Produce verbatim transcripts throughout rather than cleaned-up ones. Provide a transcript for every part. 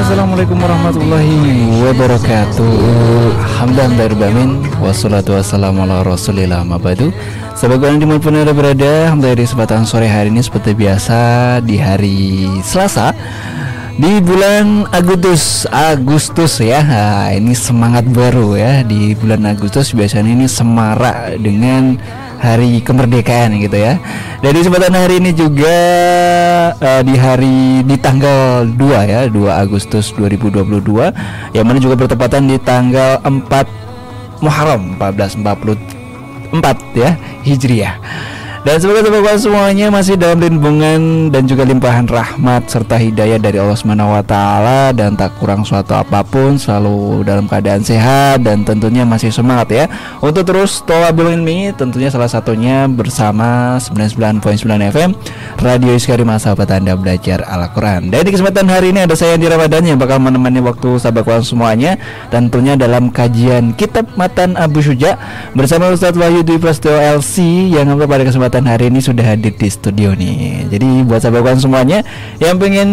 Assalamualaikum warahmatullahi wabarakatuh. Hamdan dari Bamin. Wassalatu wassalamu ala rasulillah mabadu. Sahabat yang dimanapun Anda berada, alhamdulillah di kesempatan sore hari ini seperti biasa di hari Selasa di bulan Agustus Agustus ya. Nah, ini semangat baru ya di bulan Agustus. Biasanya ini semarak dengan hari kemerdekaan gitu ya. Dan di kesempatan hari ini juga uh, di hari di tanggal dua ya, dua Agustus dua ribu dua puluh dua, yang mana juga bertepatan di tanggal empat Muharram seribu empat ratus empat puluh empat ya, Hijriah. Dan semoga teman-teman semuanya masih dalam lindungan dan juga limpahan rahmat serta hidayah dari Allah Subhanahu wa taala, dan tak kurang suatu apapun, selalu dalam keadaan sehat dan tentunya masih semangat ya untuk terus thalabul ilmi, tentunya salah satunya bersama sembilan puluh sembilan koma sembilan F M Radio Iskarima, sahabat Anda belajar Al-Qur'an. Dan di kesempatan hari ini ada saya di Ramadan yang bakal menemani waktu sahabat Quran semuanya, tentunya dalam kajian Kitab Matan Abu Syuja bersama Ustadz Wahyu Dwi Prasetyo L C yang pada kesempatan hari ini sudah hadir di studio nih. Jadi buat sahabat semuanya yang pengen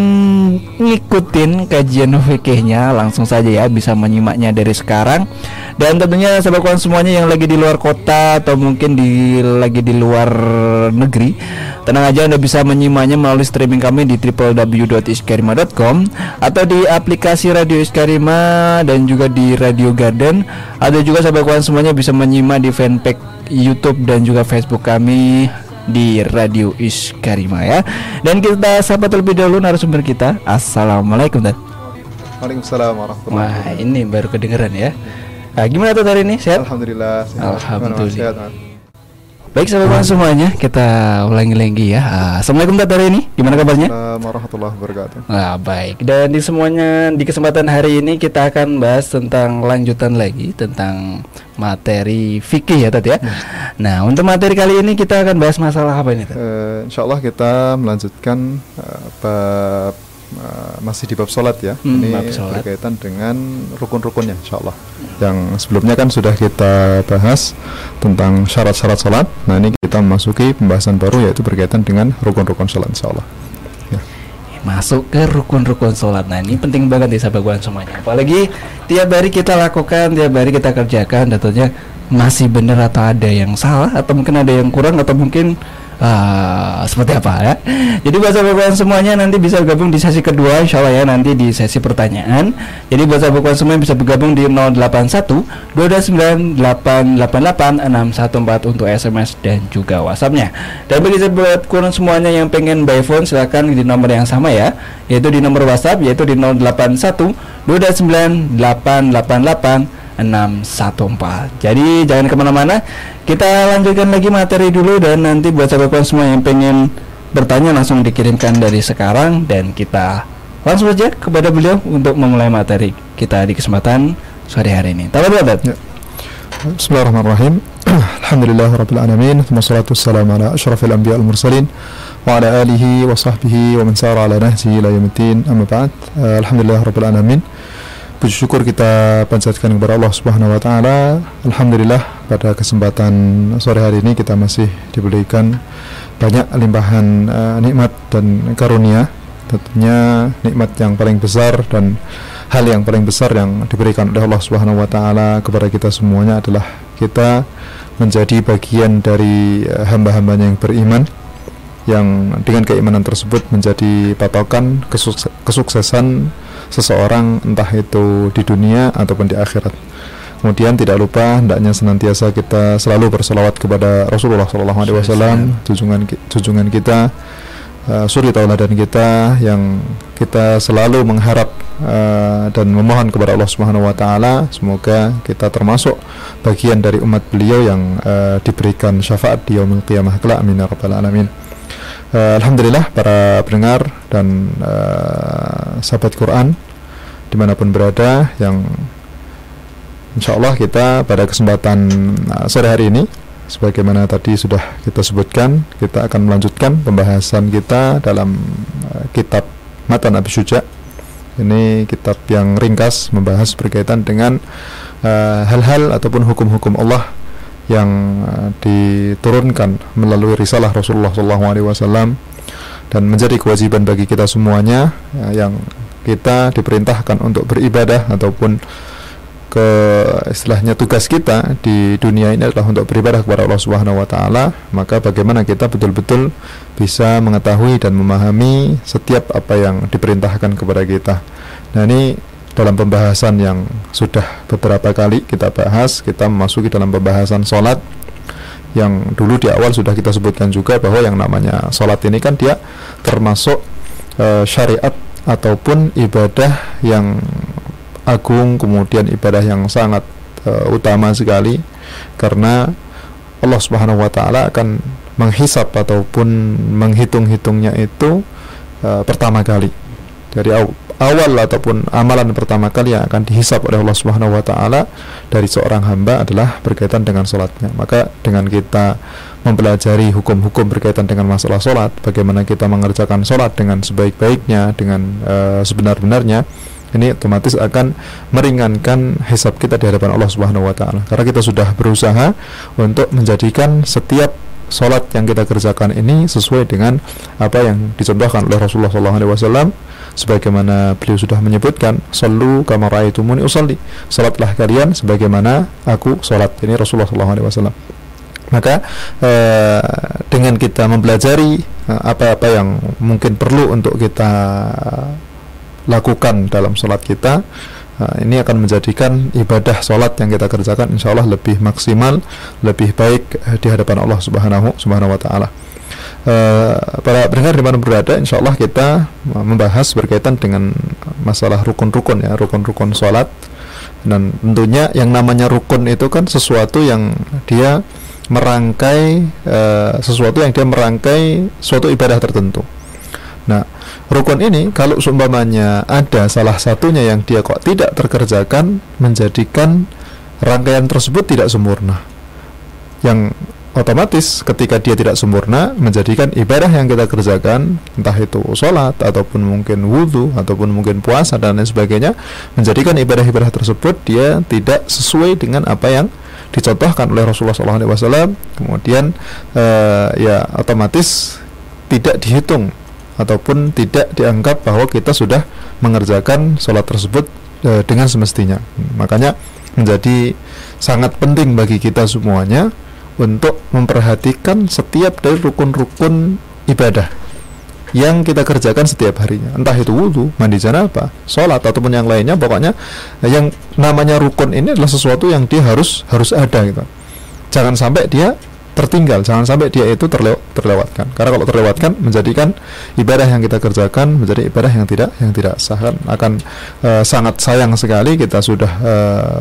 ngikutin kajian fikihnya, langsung saja ya bisa menyimaknya dari sekarang. Dan tentunya sahabat semuanya yang lagi di luar kota atau mungkin di lagi di luar negeri, tenang aja, Anda bisa menyimaknya melalui streaming kami di w w w dot iskarima dot com atau di aplikasi Radio Iskarima dan juga di Radio Garden. Ada juga sahabat semuanya bisa menyimak di fanpage YouTube dan juga Facebook kami di Radio Iskarima ya. Dan kita sapa terlebih dahulu narasumber kita. Assalamualaikum. Waalaikumsalam warahmatullahi wabarakatuh. Wah, ini baru kedengeran ya. Nah, gimana tuh hari ini? Sehat? Alhamdulillah. Alhamdulillah. Sehat, baik sahabat semuanya, kita ulangi lagi ya. Assalamualaikum Tat hari ini. Gimana kabarnya? Assalamualaikum warahmatullahi wabarakatuh. Nah, baik. Dan di semuanya di kesempatan hari ini kita akan bahas tentang lanjutan lagi tentang materi fikih ya Tat ya. Hmm. Nah, untuk materi kali ini kita akan bahas masalah apa ini Tat? Uh, insyaallah kita melanjutkan uh, bab uh, masih di bab sholat ya. Hmm, ini berkaitan dengan rukun-rukunnya insyaallah. Yang sebelumnya kan sudah kita bahas tentang syarat-syarat sholat. Nah, ini kita memasuki pembahasan baru yaitu berkaitan dengan rukun-rukun sholat insyaallah. Ya. Masuk ke rukun-rukun sholat. Nah, ini penting banget ya sahabat semuanya. Apalagi tiap hari kita lakukan, tiap hari kita kerjakan, tentunya masih benar atau ada yang salah, atau mungkin ada yang kurang, atau mungkin Uh, seperti apa ya. Jadi buat sahabat semuanya nanti bisa bergabung di sesi kedua insyaallah ya, nanti di sesi pertanyaan. Jadi buat sahabat semuanya bisa bergabung di nol delapan satu dua dua sembilan delapan delapan delapan enam satu empat untuk S M S dan juga WhatsAppnya. Dan bagi sahabat Quran semuanya yang pengen by phone, silakan di nomor yang sama ya, yaitu di nomor WhatsApp yaitu di nol delapan satu dua dua sembilan delapan delapan delapan enam satu empat. Jadi jangan kemana-mana, kita lanjutkan lagi materi dulu. Dan nanti buat sahabat semua yang pengen bertanya langsung dikirimkan dari sekarang, dan kita langsung saja kepada beliau untuk memulai materi kita di kesempatan sore hari ini. Tafadhol. Ya. Bismillahirrahmanirrahim. Alhamdulillahirabbil alamin, wassalatu wassalamu ala asyrafil anbiya wal mursalin wa ala alihi wa sahbihi wa man sara ala nahjihi ila yaumiddin. Amma ba'd. Alhamdulillahirabbil alamin. Puji syukur kita panjatkan kepada Allah Subhanahu wa taala. Alhamdulillah pada kesempatan sore hari ini kita masih diberikan banyak limpahan uh, nikmat dan karunia. Tentunya nikmat yang paling besar dan hal yang paling besar yang diberikan oleh Allah Subhanahu wa taala kepada kita semuanya adalah kita menjadi bagian dari uh, hamba-hambanya yang beriman, yang dengan keimanan tersebut menjadi patokan kesukses- kesuksesan seseorang, entah itu di dunia ataupun di akhirat. Kemudian tidak lupa hendaknya senantiasa kita selalu berselawat kepada Rasulullah shallallahu alaihi wasallam, junjungan junjungan kita, uh, suri tauladan kita, yang kita selalu mengharap uh, dan memohon kepada Allah Subhanahu wa taala semoga kita termasuk bagian dari umat beliau yang uh, diberikan syafaat di yaumil qiyamah kelak. Amin ya rabbal alamin. Uh, Alhamdulillah para pendengar dan uh, sahabat Quran dimanapun berada, yang insyaallah kita pada kesempatan uh, sore hari ini, sebagaimana tadi sudah kita sebutkan, kita akan melanjutkan pembahasan kita dalam uh, kitab Matan Abu Syuja. Ini kitab yang ringkas membahas berkaitan dengan uh, hal-hal ataupun hukum-hukum Allah yang uh, diturunkan melalui risalah Rasulullah shallallahu alaihi wasallam, dan menjadi kewajiban bagi kita semuanya uh, yang kita diperintahkan untuk beribadah ataupun ke istilahnya tugas kita di dunia ini adalah untuk beribadah kepada Allah Subhanahu wa taala, maka bagaimana kita betul-betul bisa mengetahui dan memahami setiap apa yang diperintahkan kepada kita. Nah, ini dalam pembahasan yang sudah beberapa kali kita bahas, kita memasuki dalam pembahasan sholat yang dulu di awal sudah kita sebutkan juga bahwa yang namanya sholat ini kan dia termasuk e, syariat ataupun ibadah yang agung, kemudian ibadah yang sangat uh, utama sekali, karena Allah Subhanahu wa taala akan menghisab ataupun menghitung-hitungnya itu uh, pertama kali. Dari aw- awal ataupun amalan pertama kali yang akan dihisab oleh Allah Subhanahu wa taala dari seorang hamba adalah berkaitan dengan salatnya. Maka dengan kita mempelajari hukum-hukum berkaitan dengan masalah salat, bagaimana kita mengerjakan salat dengan sebaik-baiknya, dengan uh, sebenar-benarnya, ini otomatis akan meringankan hisab kita di hadapan Allah Subhanahu wa taala. Karena kita sudah berusaha untuk menjadikan setiap salat yang kita kerjakan ini sesuai dengan apa yang dicontohkan oleh Rasulullah sallallahu alaihi wasallam, sebagaimana beliau sudah menyebutkan, "Shallu kama ra'aitumuni usolli." Salatlah kalian sebagaimana aku salat. Ini Rasulullah sallallahu alaihi wasallam. Maka eh, dengan kita mempelajari eh, apa-apa yang mungkin perlu untuk kita lakukan dalam sholat kita, uh, ini akan menjadikan ibadah sholat yang kita kerjakan insya Allah lebih maksimal, lebih baik uh, di hadapan Allah Subhanahu Subhanahu Wa Taala. Uh, para pendengar di mana berada, insya Allah kita uh, membahas berkaitan dengan masalah rukun-rukun ya, rukun-rukun sholat. Dan tentunya yang namanya rukun itu kan sesuatu yang dia merangkai uh, sesuatu yang dia merangkai suatu ibadah tertentu. Nah, rukun ini kalau seumpamanya ada salah satunya yang dia kok tidak terkerjakan, menjadikan rangkaian tersebut tidak sempurna, yang otomatis ketika dia tidak sempurna menjadikan ibadah yang kita kerjakan, entah itu sholat ataupun mungkin wudhu ataupun mungkin puasa dan lain sebagainya, menjadikan ibadah-ibadah tersebut dia tidak sesuai dengan apa yang dicontohkan oleh Rasulullah shallallahu alaihi wasallam. Kemudian uh, ya otomatis tidak dihitung ataupun tidak dianggap bahwa kita sudah mengerjakan sholat tersebut e, dengan semestinya. Makanya menjadi sangat penting bagi kita semuanya untuk memperhatikan setiap dari rukun-rukun ibadah yang kita kerjakan setiap harinya, entah itu wudhu, mandi janabah, sholat ataupun yang lainnya. Pokoknya yang namanya rukun ini adalah sesuatu yang dia harus harus ada gitu. Jangan sampai dia tertinggal, jangan sampai dia itu terlew- terlewatkan. Karena kalau terlewatkan menjadikan ibadah yang kita kerjakan menjadi ibadah yang tidak yang tidak sah. Akan uh, sangat sayang sekali kita sudah uh,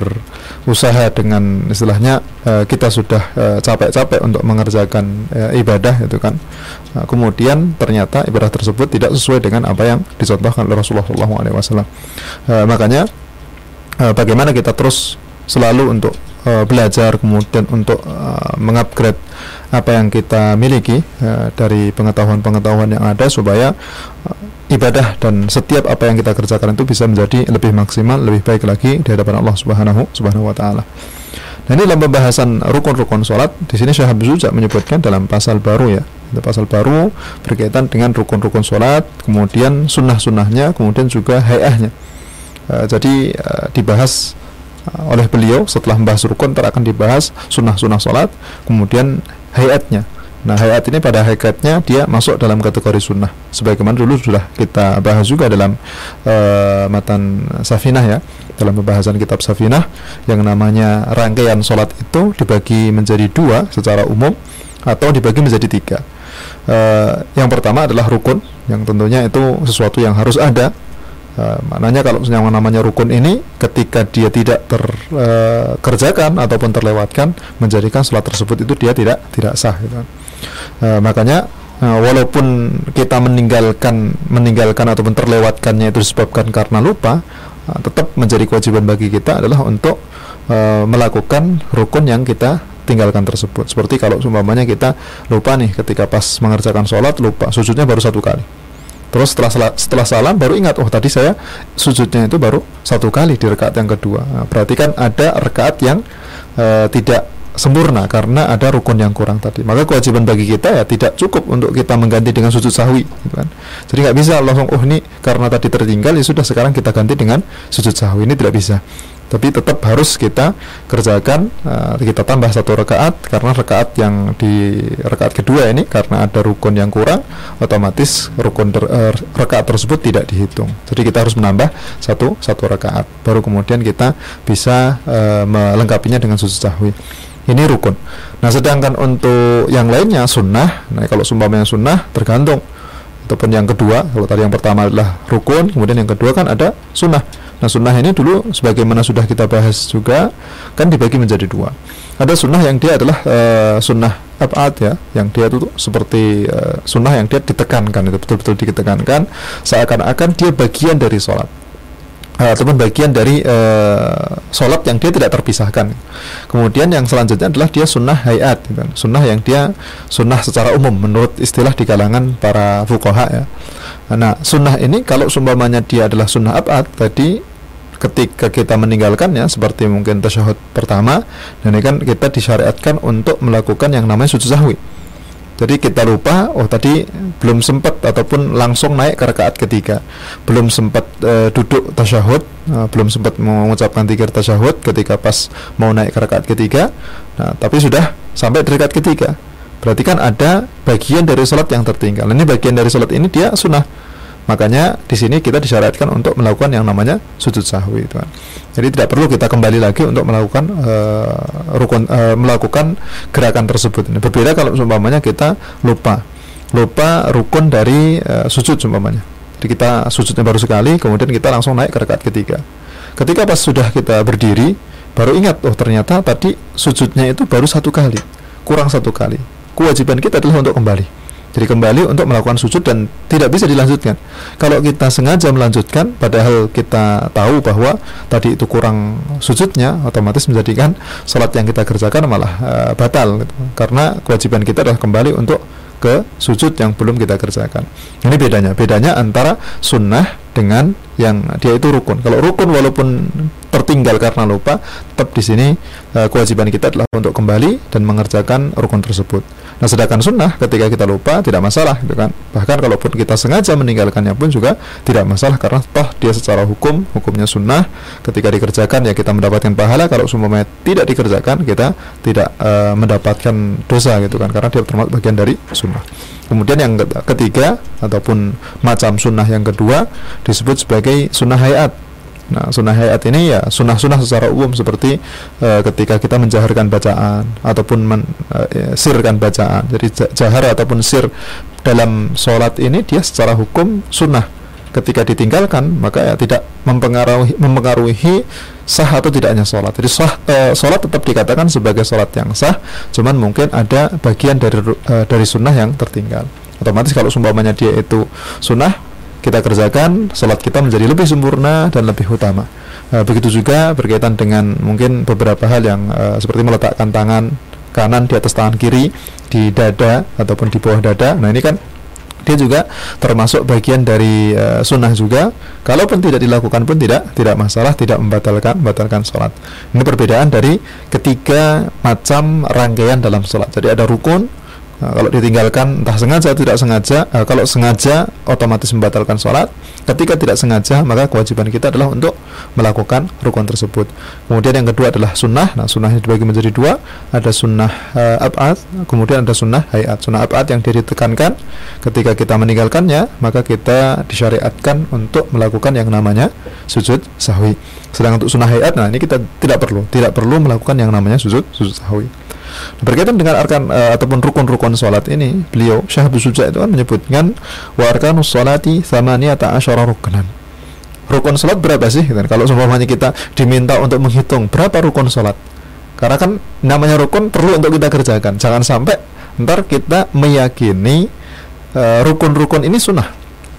berusaha dengan istilahnya uh, kita sudah uh, capek-capek untuk mengerjakan uh, ibadah itu kan. Uh, kemudian ternyata ibadah tersebut tidak sesuai dengan apa yang dicontohkan oleh Rasulullah shallallahu alaihi wasallam. Uh, makanya uh, bagaimana kita terus selalu untuk uh, belajar, kemudian untuk uh, mengupgrade apa yang kita miliki uh, dari pengetahuan-pengetahuan yang ada, supaya uh, ibadah dan setiap apa yang kita kerjakan itu bisa menjadi lebih maksimal, lebih baik lagi di hadapan Allah Subhanahu Subhanahu wa taala. Nah, ini dalam pembahasan rukun-rukun sholat, di sini Syekh Habib Zuja menyebutkan dalam pasal baru ya, ada pasal baru berkaitan dengan rukun-rukun sholat, kemudian sunnah-sunnahnya, kemudian juga hayahnya. Uh, jadi uh, dibahas oleh beliau setelah membahas rukun, ntar akan dibahas sunnah-sunnah sholat, kemudian hayatnya. Nah, hayat ini pada hakikatnya dia masuk dalam kategori sunnah, sebagaimana dulu sudah kita bahas juga dalam uh, matan Safinah ya, dalam pembahasan kitab Safinah, yang namanya rangkaian sholat itu dibagi menjadi dua secara umum atau dibagi menjadi tiga. Uh, yang pertama adalah rukun, yang tentunya itu sesuatu yang harus ada. Uh, maknanya kalau yang namanya rukun ini ketika dia tidak terkerjakan uh, ataupun terlewatkan, menjadikan sholat tersebut itu dia tidak tidak sah gitu. Uh, makanya uh, walaupun kita meninggalkan meninggalkan ataupun terlewatkannya itu disebabkan karena lupa, uh, tetap menjadi kewajiban bagi kita adalah untuk uh, melakukan rukun yang kita tinggalkan tersebut. Seperti kalau umpamanya kita lupa nih ketika pas mengerjakan sholat, lupa sujudnya baru satu kali. Terus setelah setelah salam baru ingat, oh tadi saya sujudnya itu baru satu kali di rakaat yang kedua. Nah, berarti kan ada rakaat yang uh, tidak sempurna karena ada rukun yang kurang tadi. Maka kewajiban bagi kita ya tidak cukup untuk kita mengganti dengan sujud sahwi, gitu kan. Jadi nggak bisa langsung oh ini karena tadi tertinggal ya sudah sekarang kita ganti dengan sujud sahwi, ini tidak bisa. Tapi tetap harus kita kerjakan, uh, kita tambah satu rakaat karena rakaat yang di rakaat kedua ini karena ada rukun yang kurang, otomatis rukun ter, uh, rakaat tersebut tidak dihitung. Jadi kita harus menambah satu satu rakaat, baru kemudian kita bisa uh, melengkapinya dengan sujud sahwi. Ini rukun. Nah, sedangkan untuk yang lainnya sunnah, nah kalau sumpamanya sunnah tergantung. Ataupun yang kedua, kalau tadi yang pertama adalah rukun, kemudian yang kedua kan ada sunnah. Nah, sunnah ini dulu sebagaimana sudah kita bahas juga kan dibagi menjadi dua. Ada sunnah yang dia adalah uh, sunnah ab'ad ya, yang dia itu seperti uh, sunnah yang dia ditekankan, itu betul-betul ditekankan seakan-akan dia bagian dari sholat. Uh, ataupun bagian dari uh, sholat yang dia tidak terpisahkan. Kemudian yang selanjutnya adalah dia sunnah hayat, gitu kan? Sunnah yang dia sunnah secara umum menurut istilah di kalangan para fuqaha ya. Nah, sunnah ini kalau seumpamanya dia adalah sunnah ab'ad tadi, ketika kita meninggalkannya seperti mungkin tasyahud pertama, dan ini kan kita disyariatkan untuk melakukan yang namanya sujud sahwi. Jadi kita lupa, oh tadi belum sempat ataupun langsung naik ke rakaat ketiga, belum sempat e, duduk tasyahud, e, belum sempat mengucapkan dzikir tasyahud ketika pas mau naik ke rakaat ketiga. Nah, tapi sudah sampai di rakaat ketiga. Berarti kan ada bagian dari sholat yang tertinggal. Ini bagian dari sholat ini dia sunnah. Makanya di sini kita disyariatkan untuk melakukan yang namanya sujud sahwi, itu kan. Jadi tidak perlu kita kembali lagi untuk melakukan uh, rukun uh, melakukan gerakan tersebut. Ini berbeda kalau umpamanya kita lupa lupa rukun dari uh, sujud umpamanya. Jadi kita sujudnya baru sekali, kemudian kita langsung naik ke rakaat ketiga. Ketika pas sudah kita berdiri, baru ingat oh ternyata tadi sujudnya itu baru satu kali, kurang satu kali. Kewajiban kita adalah untuk kembali. Jadi kembali untuk melakukan sujud dan tidak bisa dilanjutkan. Kalau kita sengaja melanjutkan padahal kita tahu bahwa tadi itu kurang sujudnya, otomatis menjadikan sholat yang kita kerjakan malah uh, batal gitu. Karena kewajiban kita adalah kembali untuk ke sujud yang belum kita kerjakan. Ini bedanya, bedanya antara sunnah dengan yang dia itu rukun. Kalau rukun walaupun tertinggal karena lupa, tetap di sini uh, kewajiban kita adalah untuk kembali dan mengerjakan rukun tersebut. Nah, sedangkan sunnah ketika kita lupa tidak masalah, gitu kan. Bahkan kalaupun kita sengaja meninggalkannya pun juga tidak masalah karena toh dia secara hukum hukumnya sunnah. Ketika dikerjakan ya kita mendapatkan pahala, kalau semuanya tidak dikerjakan kita tidak uh, mendapatkan dosa, gitu kan, karena dia termasuk bagian dari sunnah. Kemudian yang ketiga ataupun macam sunnah yang kedua disebut sebagai sunnah hayat. Nah, sunnah hayat ini ya sunnah-sunnah secara umum seperti uh, ketika kita menjaharkan bacaan ataupun mensirkan uh, bacaan. Jadi jahar ataupun sir dalam sholat ini dia secara hukum sunnah. Ketika ditinggalkan maka ya tidak mempengaruhi mempengaruhi sah atau tidaknya sholat. Jadi sah, uh, sholat tetap dikatakan sebagai sholat yang sah, cuman mungkin ada bagian dari uh, dari sunnah yang tertinggal. Otomatis kalau seumpamanya dia itu sunnah kita kerjakan, sholat kita menjadi lebih sempurna dan lebih utama. Uh, begitu juga berkaitan dengan mungkin beberapa hal yang uh, seperti meletakkan tangan kanan di atas tangan kiri di dada ataupun di bawah dada. Nah, ini kan dia juga termasuk bagian dari uh, sunnah juga. Kalaupun tidak dilakukan pun tidak tidak masalah, tidak membatalkan membatalkan sholat. Ini perbedaan dari ketiga macam rangkaian dalam sholat. Jadi ada rukun. Nah, kalau ditinggalkan entah sengaja atau tidak sengaja, uh, kalau sengaja otomatis membatalkan sholat. Ketika tidak sengaja maka kewajiban kita adalah untuk melakukan rukun tersebut. Kemudian yang kedua adalah sunnah. Nah, sunnahnya dibagi menjadi dua. Ada sunnah uh, ab'ad, kemudian ada sunnah hayat. Sunnah ab'ad yang dia ditekankan ketika kita meninggalkannya maka kita disyariatkan untuk melakukan yang namanya sujud sahwi. Sedangkan untuk sunnah hayat, nah ini kita tidak perlu tidak perlu melakukan yang namanya sujud sujud sahwi. Nah, berkaitan dengan arkan uh, ataupun rukun-rukun sholat ini, beliau Syekh Abdul Suja itu kan menyebutkan wa arkanus sholati tsamaniyata asyara ruknan. Rukun sholat berapa sih? Dan kalau seumpamanya kita diminta untuk menghitung berapa rukun sholat, karena kan namanya rukun perlu untuk kita kerjakan. Jangan sampai ntar kita meyakini uh, rukun-rukun ini sunnah,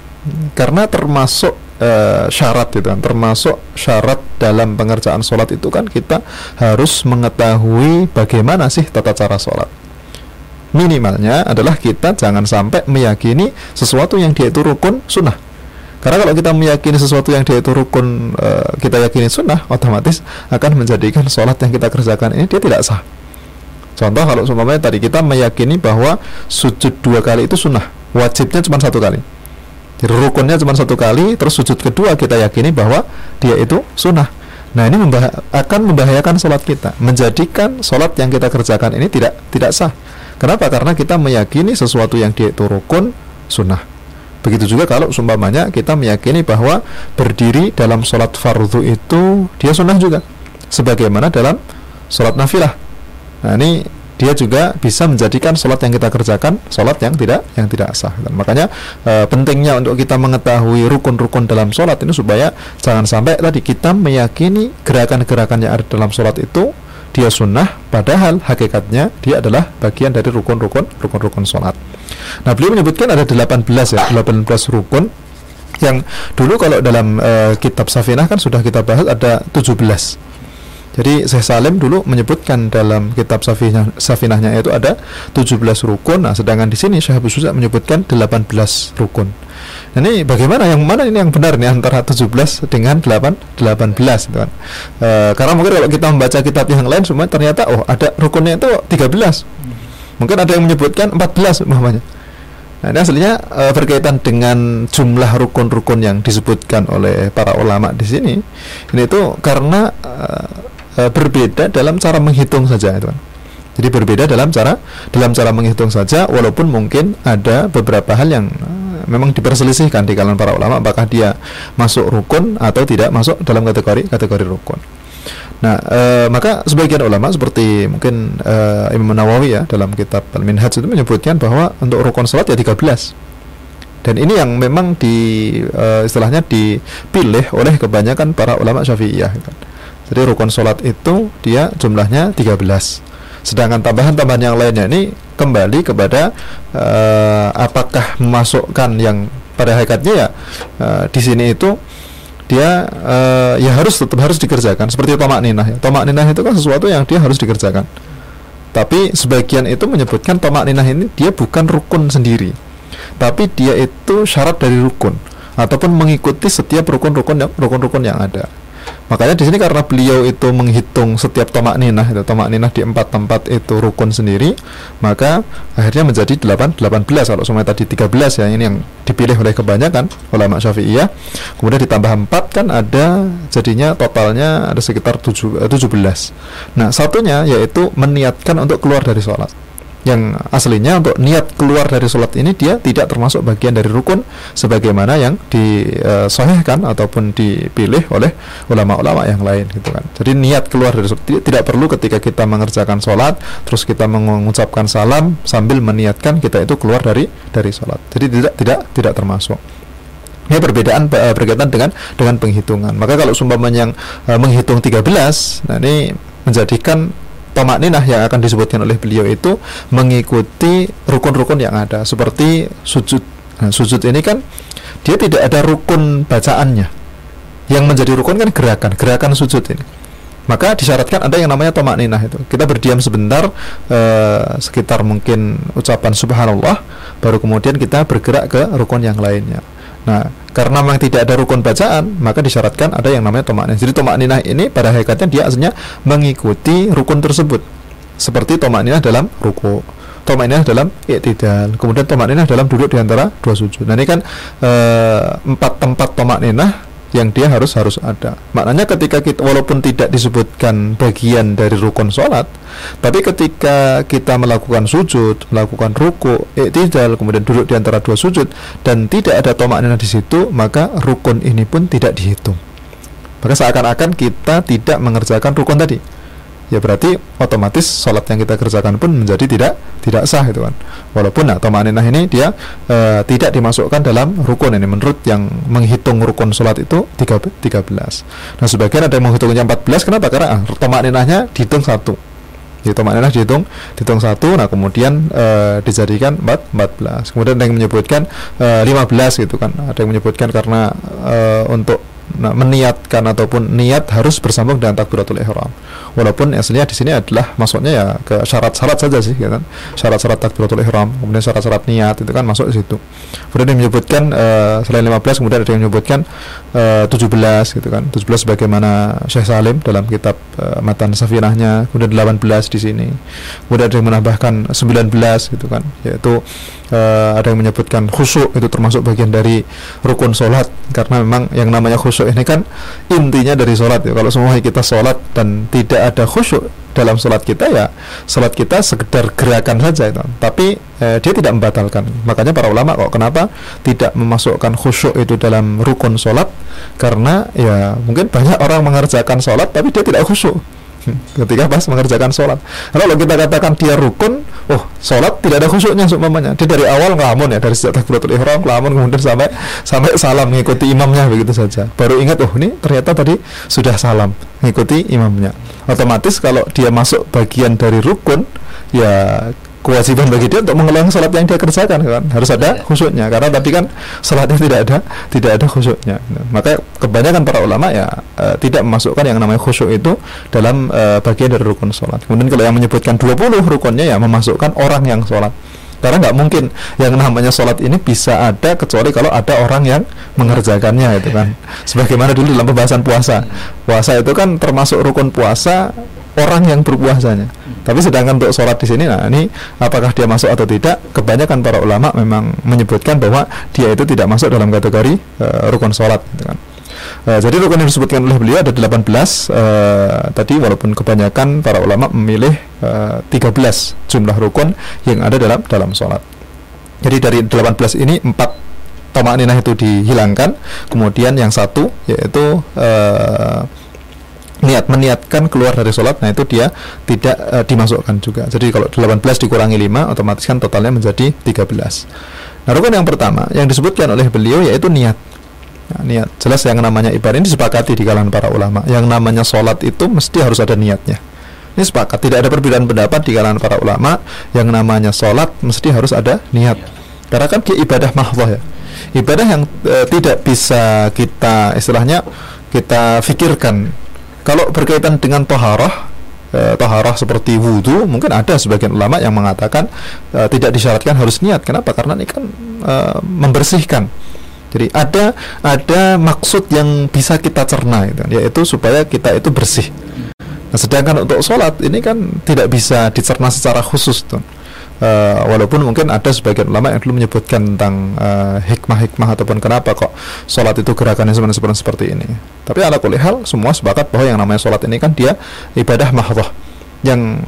karena termasuk Uh, syarat itu kan, termasuk syarat dalam pengerjaan sholat itu kan kita harus mengetahui bagaimana sih tata cara sholat. Minimalnya adalah kita jangan sampai meyakini sesuatu yang dia itu rukun sunnah. Karena kalau kita meyakini sesuatu yang dia itu rukun uh, kita yakini sunnah, otomatis akan menjadikan sholat yang kita kerjakan ini dia tidak sah. Contoh kalau umpamanya tadi kita meyakini bahwa sujud dua kali itu sunnah, wajibnya cuma satu kali. Jadi rukunnya cuma satu kali, terus sujud kedua kita yakini bahwa dia itu sunnah. Nah ini membah- akan membahayakan sholat kita, menjadikan sholat yang kita kerjakan ini tidak tidak sah. Kenapa? Karena kita meyakini sesuatu yang dia itu rukun sunnah. Begitu juga kalau umpamanya kita meyakini bahwa berdiri dalam sholat fardhu itu dia sunnah juga, sebagaimana dalam sholat nafilah. Nah ini dia juga bisa menjadikan sholat yang kita kerjakan sholat yang tidak yang tidak sah. Dan makanya e, pentingnya untuk kita mengetahui rukun-rukun dalam sholat ini supaya jangan sampai tadi kita meyakini gerakan-gerakan yang ada dalam sholat itu dia sunnah, padahal hakikatnya dia adalah bagian dari rukun-rukun rukun-rukun sholat. Nah beliau menyebutkan ada delapan belas ya, delapan belas rukun yang dulu kalau dalam e, kitab Safinah kan sudah kita bahas ada tujuh belas. Jadi Syekh Salim dulu menyebutkan dalam kitab Safinah, Safinahnya itu ada tujuh belas rukun. Nah, sedangkan di sini Syekh Abu Suza menyebutkan delapan belas rukun. Nah, ini bagaimana yang mana ini yang benar nih antara tujuh belas dengan delapan belas gitu kan. E, karena mungkin kalau kita membaca kitab yang lain semua ternyata oh ada rukunnya itu tiga belas. Mungkin ada yang menyebutkan empat belas umpamanya. Nah, ini aslinya e, berkaitan dengan jumlah rukun-rukun yang disebutkan oleh para ulama di sini. Ini itu karena e, berbeda dalam cara menghitung saja, itu kan. Jadi berbeda dalam cara dalam cara menghitung saja, walaupun mungkin ada beberapa hal yang uh, memang diperselisihkan di kalangan para ulama apakah dia masuk rukun atau tidak masuk dalam kategori kategori rukun. Nah, uh, maka sebagian ulama seperti mungkin uh, Imam Nawawi ya dalam kitab Al-Minhaj itu menyebutkan bahwa untuk rukun salat ya tiga belas. Dan ini yang memang di uh, istilahnya dipilih oleh kebanyakan para ulama Syafi'iyah, gitu. Jadi rukun sholat itu dia jumlahnya tiga belas. Sedangkan tambahan-tambahan yang lainnya ini kembali kepada uh, apakah memasukkan yang pada hakikatnya ya uh, di sini itu dia uh, ya harus tetap harus dikerjakan seperti tomak ninah ya. Tomak ninah itu kan sesuatu yang dia harus dikerjakan. Tapi sebagian itu menyebutkan tomak ninah ini dia bukan rukun sendiri, tapi dia itu syarat dari rukun ataupun mengikuti setiap rukun-rukun yang rukun-rukun yang ada. Makanya di sini karena beliau itu menghitung setiap tomak ninah, itu tomak ninah di empat tempat itu rukun sendiri, maka akhirnya menjadi delapan belas. Kalau semuanya tadi tiga belas ya, ini yang dipilih oleh kebanyakan ulama Syafi'iyah. Kemudian ditambah empat kan ada jadinya totalnya ada sekitar tujuh belas. Nah, satunya yaitu meniatkan untuk keluar dari sholat. Yang aslinya untuk niat keluar dari sholat ini dia tidak termasuk bagian dari rukun sebagaimana yang disahihkan ataupun dipilih oleh ulama-ulama yang lain, gitu kan. Jadi niat keluar dari sholat tidak perlu ketika kita mengerjakan sholat terus kita mengucapkan salam sambil meniatkan kita itu keluar dari dari sholat. Jadi tidak tidak tidak termasuk. Ini perbedaan uh, berkaitan dengan dengan penghitungan. Maka kalau sumpamanya yang uh, menghitung tiga belas, nah ini menjadikan tomak ninah yang akan disebutkan oleh beliau itu mengikuti rukun-rukun yang ada seperti sujud. Nah, sujud ini kan dia tidak ada rukun bacaannya. Yang menjadi rukun kan gerakan, gerakan sujud ini. Maka disyaratkan ada yang namanya tomak ninah itu. Kita berdiam sebentar eh, sekitar mungkin ucapan subhanallah, baru kemudian kita bergerak ke rukun yang lainnya. Nah, karena memang tidak ada rukun bacaan, maka disyaratkan ada yang namanya tomak ninah. Jadi tomak ninah ini pada hakikatnya dia aslinya mengikuti rukun tersebut. Seperti tomak ninah dalam ruku, tomak ninah dalam i'tidal, kemudian tomak ninah dalam duduk di antara dua sujud. Nah, ini kan e, empat tempat tomak ninah yang dia harus harus ada. Maknanya ketika kita walaupun tidak disebutkan bagian dari rukun sholat, tapi ketika kita melakukan sujud, melakukan ruku, i'tidal, kemudian duduk di antara dua sujud dan tidak ada tomak ninah di situ, maka rukun ini pun tidak dihitung. Maka seakan-akan kita tidak mengerjakan rukun tadi. Ya berarti otomatis sholat yang kita kerjakan pun menjadi tidak tidak sah, itu kan. Walaupun nah tomak ninah ini dia e, tidak dimasukkan dalam rukun ini menurut yang menghitung rukun sholat itu tiga belas. Nah sebagian ada yang menghitungnya empat belas. Kenapa? Karena ah, tomak ninahnya dihitung satu. Jadi tomak ninah dihitung dihitung satu. Nah kemudian e, dijadikan empat belas. Kemudian ada yang menyebutkan e, lima belas gitu kan. Ada yang menyebutkan karena e, untuk nah, meniatkan ataupun niat harus bersambung dengan takbiratul ihram. Walaupun aslinya di sini adalah maksudnya ya ke syarat-syarat saja sih, ya kan? Syarat-syarat takbiratul ihram, kemudian syarat-syarat niat itu kan masuk di situ. Kemudian yang menyebutkan uh, selain lima belas, kemudian ada yang menyebutkan uh, tujuh belas gitu kan. tujuh belas sebagaimana Syekh Salim dalam kitab uh, Matan Safinahnya, kemudian delapan belas di sini. Kemudian ada yang menambahkan sembilan belas gitu kan, yaitu uh, ada yang menyebutkan khusyuk itu termasuk bagian dari rukun sholat, karena memang yang namanya khusyuk ini kan intinya dari sholat ya. Kalau semua kita sholat dan tidak ada khusyuk dalam sholat kita, ya sholat kita sekedar gerakan saja itu. Tapi eh, dia tidak membatalkan. Makanya para ulama kok kenapa tidak memasukkan khusyuk itu dalam rukun sholat, karena ya mungkin banyak orang mengerjakan sholat tapi dia tidak khusyuk ketika pas mengerjakan sholat. Kalau kita katakan dia rukun, oh sholat tidak ada khusyuknya seumpamanya, dia dari awal ngelamun ya, dari sejak takbiratul ihram ngelamun, kemudian sampai sampai salam mengikuti imamnya begitu saja, baru ingat oh ini ternyata tadi sudah salam mengikuti imamnya. Otomatis kalau dia masuk bagian dari rukun, ya kewajiban bagi dia untuk mengulangi sholat yang dia kerjakan kan, harus ada khusyuknya, karena tadi kan sholatnya tidak ada tidak ada khusyuknya. Maka kebanyakan para ulama ya e, tidak memasukkan yang namanya khusyuk itu dalam e, bagian dari rukun sholat. Kemudian kalau yang menyebutkan dua puluh rukunnya ya memasukkan orang yang sholat, karena nggak mungkin yang namanya sholat ini bisa ada kecuali kalau ada orang yang mengerjakannya itu kan. Sebagaimana dulu dalam pembahasan puasa, puasa itu kan termasuk rukun puasa orang yang berpuasanya. Tapi sedangkan untuk sholat di sini, nah ini apakah dia masuk atau tidak? Kebanyakan para ulama memang menyebutkan bahwa dia itu tidak masuk dalam kategori uh, rukun sholat, gitu kan. Uh, jadi rukun yang disebutkan oleh beliau ada delapan belas uh, tadi, walaupun kebanyakan para ulama memilih uh, tiga belas jumlah rukun yang ada dalam dalam sholat. Jadi dari delapan belas ini empat thama'ninah itu dihilangkan, kemudian yang satu yaitu uh, niat, meniatkan keluar dari sholat, nah itu dia tidak uh, dimasukkan juga. Jadi kalau delapan belas dikurangi lima, otomatis kan totalnya menjadi tiga belas. Nah rukun yang pertama yang disebutkan oleh beliau yaitu niat. Nah, niat, jelas yang namanya ibadah ini disepakati di kalangan para ulama, yang namanya sholat itu mesti harus ada niatnya. Ini sepakat, tidak ada perbedaan pendapat di kalangan para ulama, yang namanya sholat mesti harus ada niat. Karena kan dia ibadah mahdhah ya, ibadah yang uh, tidak bisa kita istilahnya kita fikirkan. Kalau berkaitan dengan taharah, e, taharah seperti wudhu, mungkin ada sebagian ulama yang mengatakan e, tidak disyaratkan harus niat. Kenapa? Karena ini kan e, membersihkan. Jadi ada ada maksud yang bisa kita cerna, itu, yaitu supaya kita itu bersih. Nah, sedangkan untuk sholat ini kan tidak bisa dicerna secara khusus tuh. Uh, walaupun mungkin ada sebagian ulama yang dulu menyebutkan tentang uh, hikmah-hikmah ataupun kenapa kok sholat itu gerakannya sebenarnya seperti ini. Tapi ala kulli hal semua sepakat bahwa yang namanya sholat ini kan dia ibadah mahdhah, yang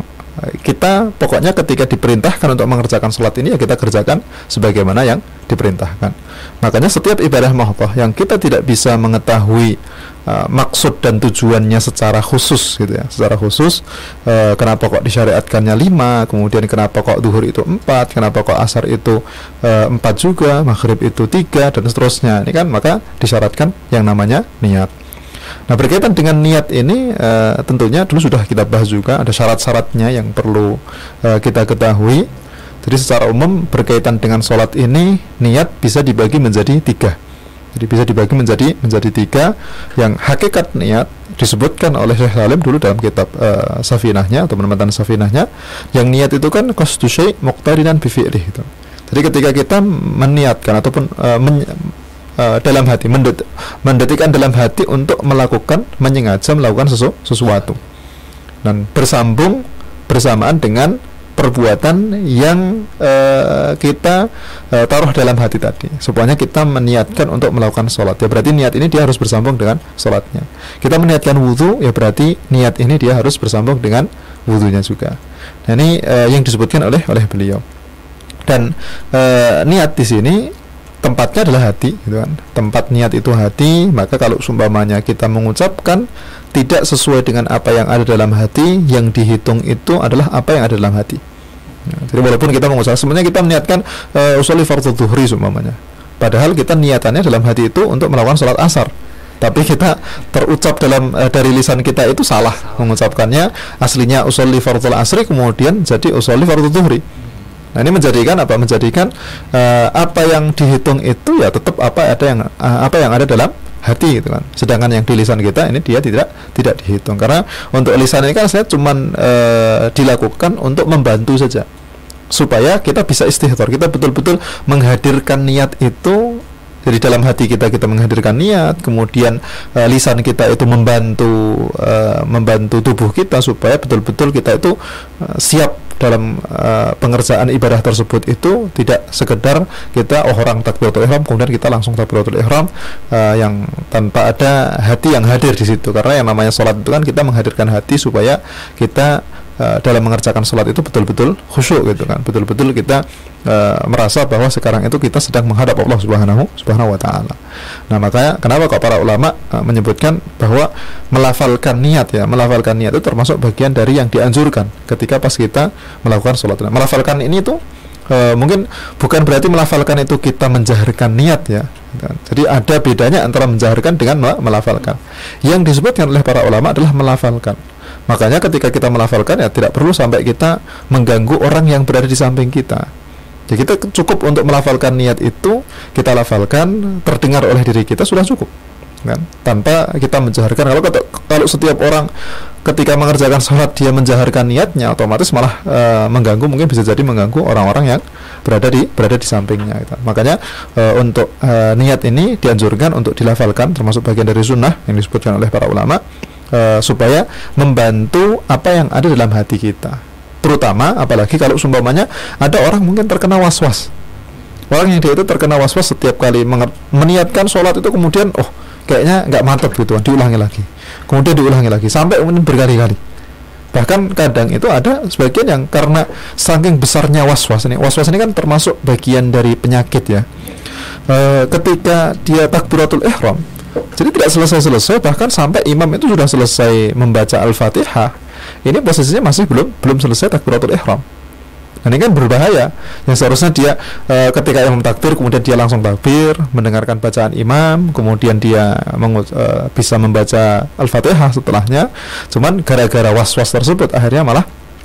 kita pokoknya ketika diperintahkan untuk mengerjakan sholat ini ya kita kerjakan sebagaimana yang diperintahkan. Makanya setiap ibadah mahdhah yang kita tidak bisa mengetahui uh, maksud dan tujuannya secara khusus gitu ya, secara khusus uh, kenapa kok disyariatkannya lima, kemudian kenapa kok zuhur itu empat, kenapa kok asar itu uh, empat juga, maghrib itu tiga dan seterusnya, ini kan maka disyaratkan yang namanya niat. Nah berkaitan dengan niat ini uh, tentunya dulu sudah kita bahas juga, ada syarat-syaratnya yang perlu uh, kita ketahui. Jadi secara umum berkaitan dengan sholat ini niat bisa dibagi menjadi tiga. Jadi bisa dibagi menjadi menjadi tiga. Yang hakikat niat disebutkan oleh Syekh Salim dulu dalam kitab uh, Safinahnya atau Matan Safinahnya. Yang niat itu kan qasdu syai' muqtarinan bi fi'lih gitu. Jadi ketika kita meniatkan ataupun uh, men Uh, dalam hati, mendet, mendetikkan dalam hati untuk melakukan, menyengaja melakukan sesu, sesuatu dan bersambung bersamaan dengan perbuatan yang uh, kita uh, taruh dalam hati tadi, supaya kita meniatkan untuk melakukan sholat, ya berarti niat ini dia harus bersambung dengan sholatnya. Kita meniatkan wudhu, ya berarti niat ini dia harus bersambung dengan wudhunya juga. Nah ini uh, yang disebutkan oleh oleh beliau. Dan uh, niat di sini tempatnya adalah hati, gitu kan. Tempat niat itu hati, maka kalau sumpamanya kita mengucapkan tidak sesuai dengan apa yang ada dalam hati, yang dihitung itu adalah apa yang ada dalam hati. Ya, jadi walaupun kita mengucapkan, sebenarnya kita meniatkan uh, usolli fardhu dhuhri sumpamanya, padahal kita niatannya dalam hati itu untuk melakukan sholat asar, tapi kita terucap dalam uh, dari lisan kita itu salah mengucapkannya, aslinya usolli fardhul asri kemudian jadi usolli fardhu dhuhri. Nah ini menjadikan apa? Menjadikan uh, apa yang dihitung itu ya tetap apa ada yang uh, apa yang ada dalam hati gitu kan. Sedangkan yang di lisan kita ini dia tidak tidak dihitung, karena untuk lisan ini kan saya cuman e, dilakukan untuk membantu saja supaya kita bisa istighfar, kita betul-betul menghadirkan niat itu. Jadi dalam hati kita kita menghadirkan niat, kemudian e, lisan kita itu membantu e, membantu tubuh kita supaya betul-betul kita itu e, siap dalam e, pengerjaan ibadah tersebut. Itu tidak sekedar kita oh orang takbiratul ihram kemudian kita langsung takbiratul ihram e, yang tanpa ada hati yang hadir di situ. Karena yang namanya sholat itu kan kita menghadirkan hati supaya kita e, dalam mengerjakan sholat itu betul-betul khusyuk gitu kan, betul-betul kita Uh, merasa bahwa sekarang itu kita sedang menghadap Allah Subhanahu Subhanahu wa taala. Nah, makanya kenapa kok para ulama uh, menyebutkan bahwa melafalkan niat ya, melafalkan niat itu termasuk bagian dari yang dianjurkan ketika pas kita melakukan sholat. Nah, melafalkan ini tuh uh, mungkin bukan berarti melafalkan itu kita menjaharkan niat ya. Jadi ada bedanya antara menjaharkan dengan melafalkan. Yang disebutkan oleh para ulama adalah melafalkan. Makanya ketika kita melafalkan ya tidak perlu sampai kita mengganggu orang yang berada di samping kita. Jadi kita cukup untuk melafalkan niat itu, kita lafalkan, terdengar oleh diri kita sudah cukup kan? Tanpa kita menjaharkan. Kalau kalau setiap orang ketika mengerjakan sholat dia menjaharkan niatnya, otomatis malah e, mengganggu, mungkin bisa jadi mengganggu orang-orang yang berada di berada di sampingnya gitu. Makanya e, untuk e, niat ini dianjurkan untuk dilafalkan, termasuk bagian dari sunnah yang disebutkan oleh para ulama, e, supaya membantu apa yang ada dalam hati kita. Terutama apalagi kalau sumpamanya ada orang mungkin terkena was-was, orang yang dia itu terkena was-was setiap kali meniatkan sholat itu kemudian oh kayaknya nggak mantap gitu, diulangi lagi, kemudian diulangi lagi sampai kemudian berkali-kali. Bahkan kadang itu ada sebagian yang karena saking besarnya was-was ini, was-was ini kan termasuk bagian dari penyakit ya. E, ketika dia takbiratul ihram, jadi tidak selesai-selesai, bahkan sampai imam itu sudah selesai membaca Al-Fatihah, ini posisinya masih belum belum selesai takbiratul ihram. Nah, ini kan berbahaya. Yang seharusnya dia e, ketika imam takbir kemudian dia langsung takbir, mendengarkan bacaan imam, kemudian dia mengu, e, bisa membaca Al-Fatihah setelahnya. Cuman gara-gara was-was tersebut akhirnya malah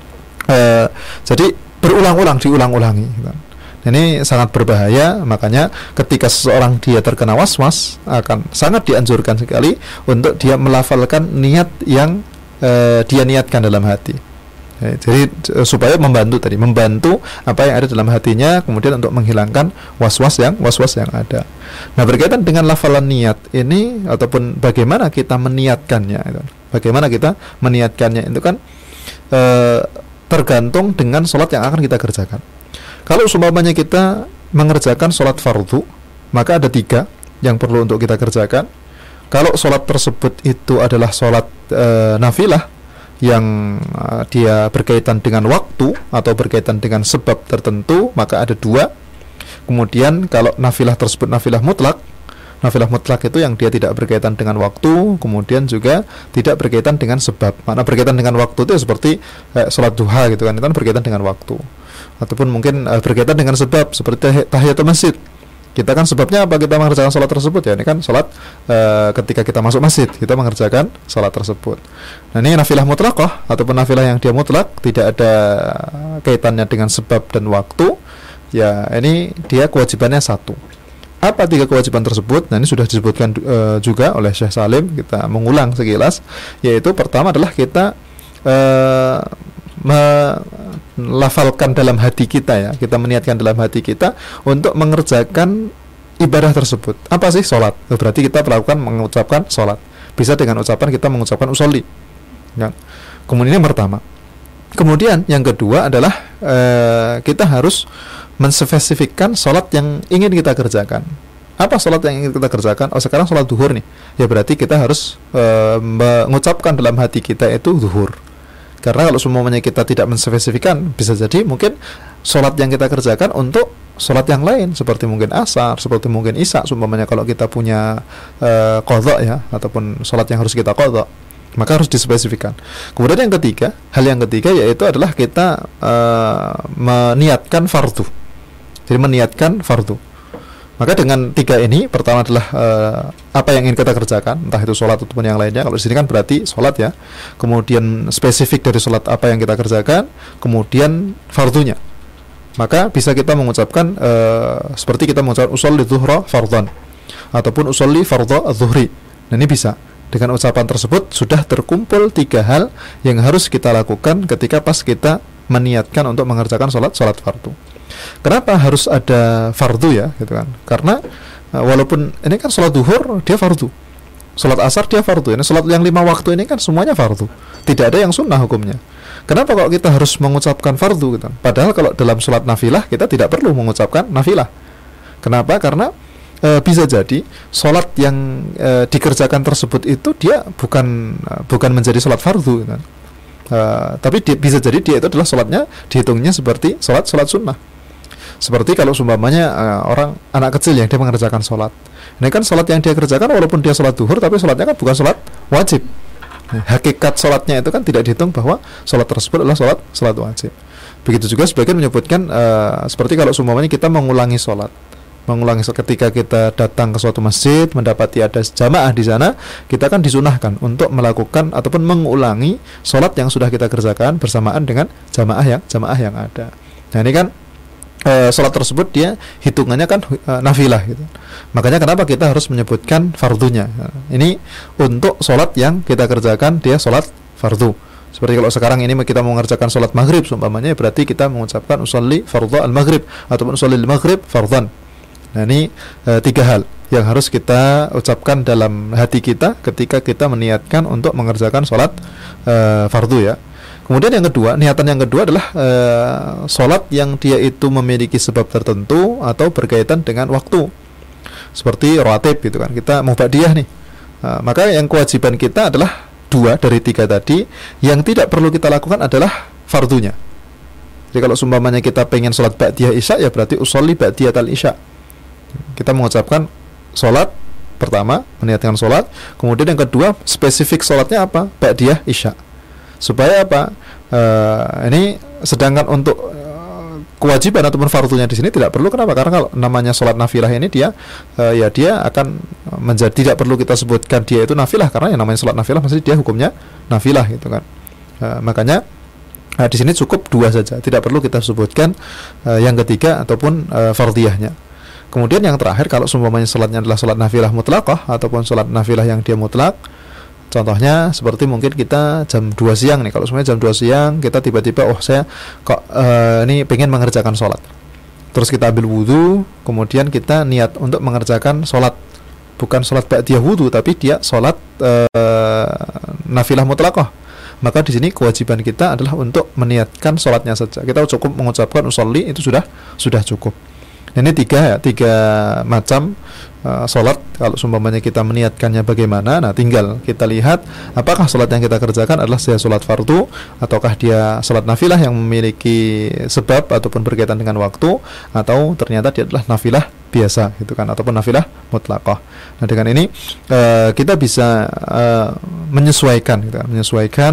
e, jadi berulang-ulang, diulang-ulangi gitu. Ini sangat berbahaya. Makanya ketika seseorang dia terkena was-was, akan sangat dianjurkan sekali untuk dia melafalkan niat yang Uh, dia niatkan dalam hati. Ya, jadi uh, supaya membantu tadi, membantu apa yang ada dalam hatinya, kemudian untuk menghilangkan was-was yang was-was yang ada. Nah, berkaitan dengan lafalan niat ini ataupun bagaimana kita meniatkannya, itu. Bagaimana kita meniatkannya itu kan uh, tergantung dengan sholat yang akan kita kerjakan. Kalau seumpamanya kita mengerjakan sholat fardu, maka ada tiga yang perlu untuk kita kerjakan. Kalau sholat tersebut itu adalah sholat e, nafilah yang e, dia berkaitan dengan waktu atau berkaitan dengan sebab tertentu, maka ada dua. Kemudian kalau nafilah tersebut nafilah mutlak, nafilah mutlak itu yang dia tidak berkaitan dengan waktu, kemudian juga tidak berkaitan dengan sebab. Mana berkaitan dengan waktu itu seperti e, sholat duha gitu kan, itu kan berkaitan dengan waktu. Ataupun mungkin e, berkaitan dengan sebab seperti tahiyatul masjid. Kita kan sebabnya apa kita mengerjakan sholat tersebut ya, ini kan sholat e, ketika kita masuk masjid kita mengerjakan sholat tersebut. Nah, ini nafilah mutlaqah ataupun nafilah yang dia mutlak, tidak ada kaitannya dengan sebab dan waktu ya, ini dia kewajibannya satu. Apa tiga kewajiban tersebut? Nah, ini sudah disebutkan e, juga oleh Syekh Salim, kita mengulang sekilas, yaitu pertama adalah kita e, melafalkan dalam hati kita ya, kita meniatkan dalam hati kita untuk mengerjakan ibadah tersebut. Apa sih sholat? Berarti kita melakukan mengucapkan sholat. Bisa dengan ucapan kita mengucapkan usolli ya. Kemudian yang pertama. Kemudian yang kedua adalah ee, kita harus menspesifikkan sholat yang ingin kita kerjakan. Apa sholat yang ingin kita kerjakan? Oh, sekarang sholat duhur nih. Ya berarti kita harus ee, mengucapkan dalam hati kita itu duhur. Karena kalau semuanya kita tidak menspesifikkan, bisa jadi mungkin sholat yang kita kerjakan untuk sholat yang lain, seperti mungkin asar, seperti mungkin isya, seumpamanya kalau kita punya uh, qadha ya, ataupun sholat yang harus kita qadha, maka harus dispesifikkan. Kemudian yang ketiga, hal yang ketiga yaitu adalah kita uh, meniatkan fardu. Jadi meniatkan fardu. Maka dengan tiga ini, pertama adalah uh, apa yang ingin kita kerjakan, entah itu sholat ataupun yang lainnya. Kalau di sini kan berarti sholat ya. Kemudian spesifik dari sholat apa yang kita kerjakan, kemudian fardunya. Maka bisa kita mengucapkan uh, seperti kita mengucapkan usolli dhuhra fardhan. ataupun usolli fardhu adzuhri. Nah, ini bisa. Dengan ucapan tersebut sudah terkumpul tiga hal yang harus kita lakukan ketika pas kita meniatkan untuk mengerjakan sholat sholat fardu. Kenapa harus ada fardu ya, gitu kan? Karena uh, walaupun ini kan sholat duhur dia fardu, sholat asar dia fardu, ini sholat yang lima waktu ini kan semuanya fardu, tidak ada yang sunnah hukumnya. Kenapa kok kita harus mengucapkan fardu gitu? Padahal kalau dalam sholat nafilah kita tidak perlu mengucapkan nafilah. Kenapa? Karena E, bisa jadi sholat yang e, dikerjakan tersebut itu dia bukan e, bukan menjadi sholat fardu kan? e, tapi dia, bisa jadi dia itu adalah sholatnya dihitungnya seperti sholat sholat sunnah. Seperti kalau seumpamanya e, orang anak kecil yang dia mengerjakan sholat, ini kan sholat yang dia kerjakan walaupun dia sholat duhur tapi sholatnya kan bukan sholat wajib. Hakikat sholatnya itu kan tidak dihitung bahwa sholat tersebut adalah sholat sholat wajib. Begitu juga sebagian menyebutkan e, seperti kalau seumpamanya kita mengulangi sholat, mengulangi ketika kita datang ke suatu masjid mendapati ada jamaah di sana, kita kan disunahkan untuk melakukan ataupun mengulangi sholat yang sudah kita kerjakan bersamaan dengan jamaah yang jamaah yang ada. Nah, ini kan e, sholat tersebut dia hitungannya kan e, nafilah gitu. Makanya kenapa kita harus menyebutkan fardunya. Nah, ini untuk sholat yang kita kerjakan dia sholat fardu. Seperti kalau sekarang ini kita mengerjakan sholat maghrib seumpamanya, berarti kita mengucapkan usolli fardhu al-maghrib ataupun usolli al-maghrib fardhan. Nah, ini e, tiga hal yang harus kita ucapkan dalam hati kita ketika kita meniatkan untuk mengerjakan sholat e, fardu ya. Kemudian yang kedua, niatan yang kedua adalah e, sholat yang dia itu memiliki sebab tertentu atau berkaitan dengan waktu. Seperti rawatib gitu kan, kita mubahdiyah nih. E, maka yang kewajiban kita adalah dua dari tiga tadi, yang tidak perlu kita lakukan adalah fardunya. Jadi kalau sumpamanya kita pengen sholat ba'diyah isya, ya berarti usolli ba'diyatal isya. Kita mengucapkan sholat pertama, meniatkan sholat. Kemudian yang kedua, spesifik sholatnya apa? Ba'diyah isya. Supaya apa? E, ini sedangkan untuk e, kewajiban ataupun fardunya di sini tidak perlu. Kenapa? Karena kalau namanya sholat nafilah ini dia e, ya dia akan menjadi, tidak perlu kita sebutkan dia itu nafilah, karena yang namanya sholat nafilah pasti dia hukumnya nafilah gitu kan. E, makanya e, di sini cukup dua saja, tidak perlu kita sebutkan e, yang ketiga ataupun e, fardiyahnya. Kemudian yang terakhir, kalau seumpamanya sholatnya adalah sholat nafilah mutlaqah ataupun sholat nafilah yang dia mutlak, contohnya seperti mungkin kita jam dua siang nih, kalau semuanya jam dua siang kita tiba-tiba oh saya kok uh, ini pengen mengerjakan sholat, terus kita ambil wudhu, kemudian kita niat untuk mengerjakan sholat, bukan sholat ba'diyah wudhu tapi dia sholat uh, nafilah mutlaqah. Maka di sini kewajiban kita adalah untuk meniatkan sholatnya saja. Kita cukup mengucapkan usolli, itu sudah sudah cukup. Ini tiga ya, tiga macam uh, sholat. Kalau seumpamanya kita meniatkannya bagaimana, nah tinggal kita lihat apakah sholat yang kita kerjakan adalah dia sholat fardu ataukah dia sholat nafilah yang memiliki sebab ataupun berkaitan dengan waktu, atau ternyata dia adalah nafilah biasa gitu kan, ataupun nafilah mutlaqah. Nah, dengan ini uh, kita bisa uh, menyesuaikan gitu kan, menyesuaikan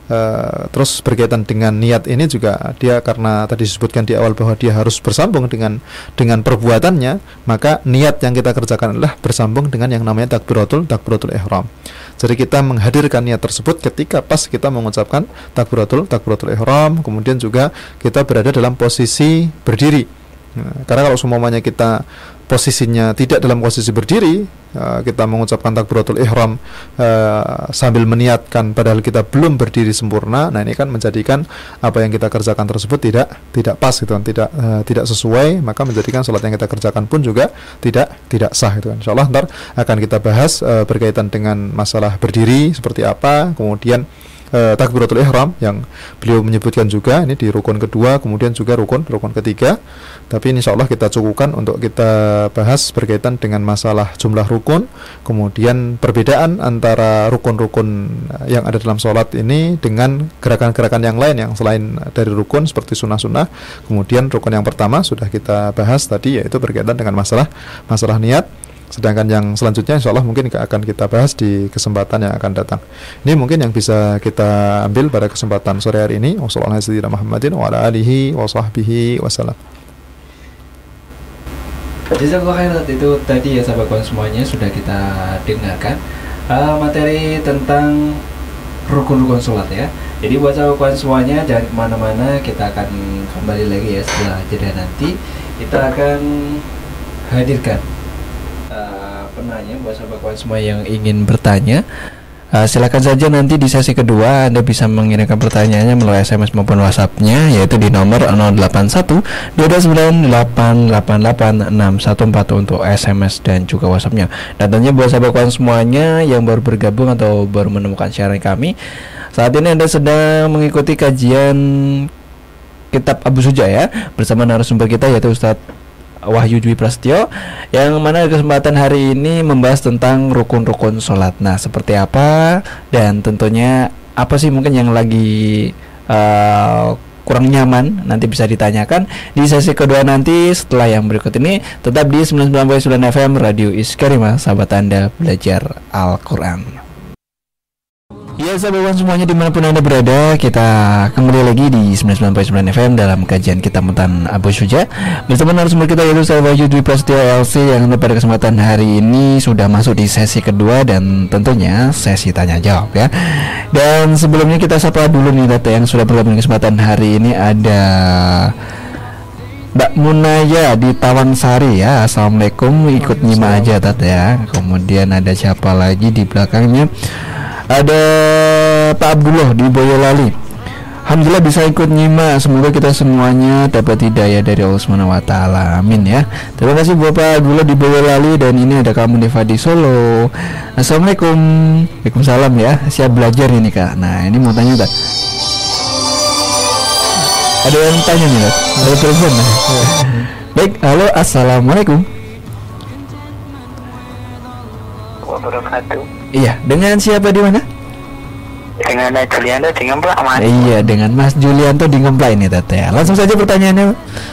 uh, terus berkaitan dengan niat ini juga dia, karena tadi disebutkan di awal bahwa dia harus bersambung dengan dengan perbuatannya, maka niat yang kita kerjakan adalah bersambung dengan yang namanya takbiratul takbiratul ihram. Jadi kita menghadirkan niat tersebut ketika pas kita mengucapkan takbiratul takbiratul ihram, kemudian juga kita berada dalam posisi berdiri. Nah, karena kalau semuanya kita posisinya tidak dalam posisi berdiri, uh, kita mengucapkan takbiratul ihram uh, sambil meniatkan padahal kita belum berdiri sempurna, nah ini kan menjadikan apa yang kita kerjakan tersebut tidak tidak pas gitu kan, tidak uh, tidak sesuai, maka menjadikan sholat yang kita kerjakan pun juga tidak tidak sah gitu kan. Insyaallah ntar akan kita bahas uh, berkaitan dengan masalah berdiri seperti apa, kemudian Uh, takbiratul ihram yang beliau menyebutkan juga ini di rukun kedua, kemudian juga rukun rukun ketiga. Tapi insya Allah kita cukupkan untuk kita bahas berkaitan dengan masalah jumlah rukun, kemudian perbedaan antara rukun-rukun yang ada dalam sholat ini dengan gerakan-gerakan yang lain yang selain dari rukun seperti sunnah-sunnah. Kemudian rukun yang pertama sudah kita bahas tadi, yaitu berkaitan dengan masalah masalah niat. Sedangkan yang selanjutnya insya Allah mungkin akan kita bahas di kesempatan yang akan datang. Ini mungkin yang bisa kita ambil pada kesempatan sore hari ini. Wassalamualaikum warahmatullahi wabarakatuh wa ala alihi wa sahbihi wasallam. Jazakallah khairan. Itu tadi ya sahabat kawan semuanya sudah kita dengarkan uh, materi tentang rukun-rukun sholat ya. Jadi buat sahabat kawan semuanya jangan kemana-mana, kita akan kembali lagi ya setelah jeda nanti. Kita akan hadirkan penanya, buat sahabat kawan semua yang ingin bertanya, Uh, silakan saja nanti di sesi kedua Anda bisa mengirimkan pertanyaannya melalui S M S maupun WhatsApp-nya, yaitu di nomor nol delapan satu dua dua sembilan delapan delapan delapan enam satu empat untuk S M S dan juga WhatsApp-nya. Dan tentunya buat sahabat kawan semuanya yang baru bergabung atau baru menemukan siaran kami, saat ini Anda sedang mengikuti kajian Kitab Abu Suja ya, bersama narasumber kita yaitu Ustadz Wahyu Dwi Prasetyo, yang mana kesempatan hari ini membahas tentang rukun-rukun sholat. Nah, seperti apa dan tentunya apa sih mungkin yang lagi uh, kurang nyaman, nanti bisa ditanyakan di sesi kedua nanti setelah yang berikut ini. Tetap di sembilan puluh sembilan koma sembilan F M Radio Iskarima, sahabat Anda belajar Al-Quran. Ya sahabat semuanya dimanapun Anda berada, kita kembali lagi di sembilan puluh sembilan koma sembilan F M dalam kajian Kitab Mutan Abu Suja bersama narasumber kita yaitu saya Wahyu Dwi Prasetyo L C, yang pada kesempatan hari ini sudah masuk di sesi kedua dan tentunya sesi tanya jawab ya. Dan sebelumnya kita sapa dulu nih Tata yang sudah bergabung di kesempatan hari ini, ada Mbak Munaya di Tawansari ya. Assalamualaikum, ikut nyimak aja Tata ya. Kemudian ada siapa lagi di belakangnya? Ada Pak Abdullah di Boyolali. Alhamdulillah bisa ikut nyimak. Semoga kita semuanya dapat hidayah dari Allah Subhanahu wa taala. Amin ya. Terima kasih buat Pak Abdullah di Boyolali. Dan ini ada kamu Neva di Solo. Assalamualaikum. Waalaikumsalam ya. Siap belajar ini Kak. Nah, ini mau tanya Kak. Ada yang tanya nih Kak. Ada telepon. Baik, halo, assalamualaikum. Wabarakatuh. Iya, dengan siapa di mana? Dengan Julianto di Ngemplak, Mas. Iya, dengan Mas Julianto di Ngemplak ini Tete. Langsung saja pertanyaannya.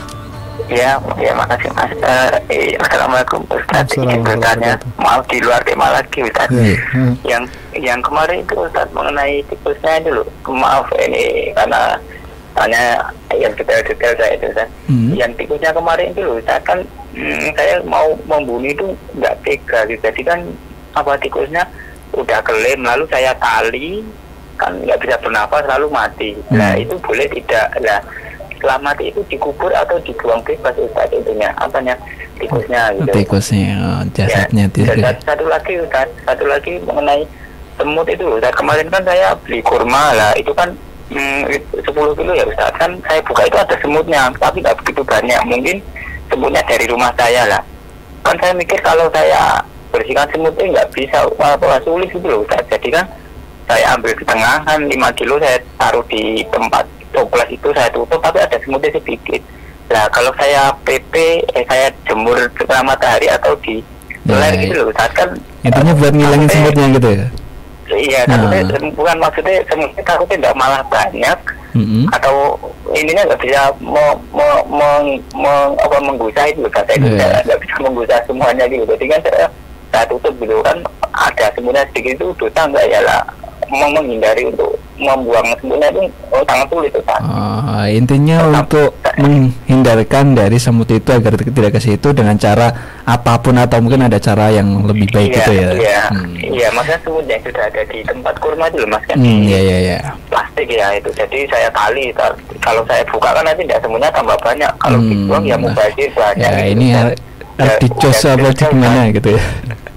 Iya, ya makasih Mas. Uh, eh, Assalamualaikum Ustaz. Ingin bertanya, maaf di luar tema lagi Ustaz. Ya, ya. Yang yang kemarin itu Ustaz mengenai tikusnya dulu. Maaf ini karena tanya yang detail-detail saya itu Ustaz. Hmm. Yang tikusnya kemarin itu Ustaz kan hmm, saya mau membunuh itu nggak tega gitu. Jadi kan apa tikusnya udah kelem, lalu saya tali kan nggak bisa bernafas lalu mati. Hmm. Nah itu boleh tidak? Nah setelah mati itu dikubur atau dibuang bebas Ustaz itunya apanya tikusnya gitu. Tikusnya, oh, jasadnya ya, dan satu lagi Ustaz, satu lagi mengenai semut itu Ustaz. Kemarin kan saya beli kurma lah, itu kan hmm, sepuluh kilo ya Ustaz. Kan saya buka itu ada semutnya, tapi nggak begitu banyak. Mungkin semutnya dari rumah saya lah. Kan saya mikir kalau saya bersihkan semutnya nggak bisa, apa sulit gitu loh Ustaz. Jadi kan saya ambil di tengah kan lima kilo saya taruh di tempat toples itu, saya tutup tapi ada semutnya sedikit. Nah kalau saya P P eh, saya jemur kena matahari atau di nah, ler gitu loh Ustaz kan intinya buat ngilangin semutnya gitu ya. Iya nah. takutnya, bukan maksudnya semutnya takutnya nggak malah banyak. Mm-hmm. Atau ininya nggak bisa mau mau mau apa menggusah itu Ustaz. Saya yeah. nggak bisa menggusah semuanya gitu. Jadi kan saya saya tutup gitu kan, ada semutnya sedikit itu dosa enggak ya lah, mau menghindari untuk membuang semutnya itu oh, sangat sulit Ustaz. Uh, intinya Tetap, untuk saya, menghindarkan dari semut itu agar tidak ke situ dengan cara apapun atau mungkin ada cara yang lebih baik iya, gitu ya. Iya, hmm. iya, maksudnya semut yang sudah ada di tempat kurma itu loh Mas kan. Hmm, iya iya iya. Plastik ya itu. Jadi saya tali, tar, kalau saya buka kan nanti tidak semutnya tambah banyak. Kalau hmm, dibuang ya mubazir banyak. Ya gitu, ini articos ya, apa ya, gimana gitu ya.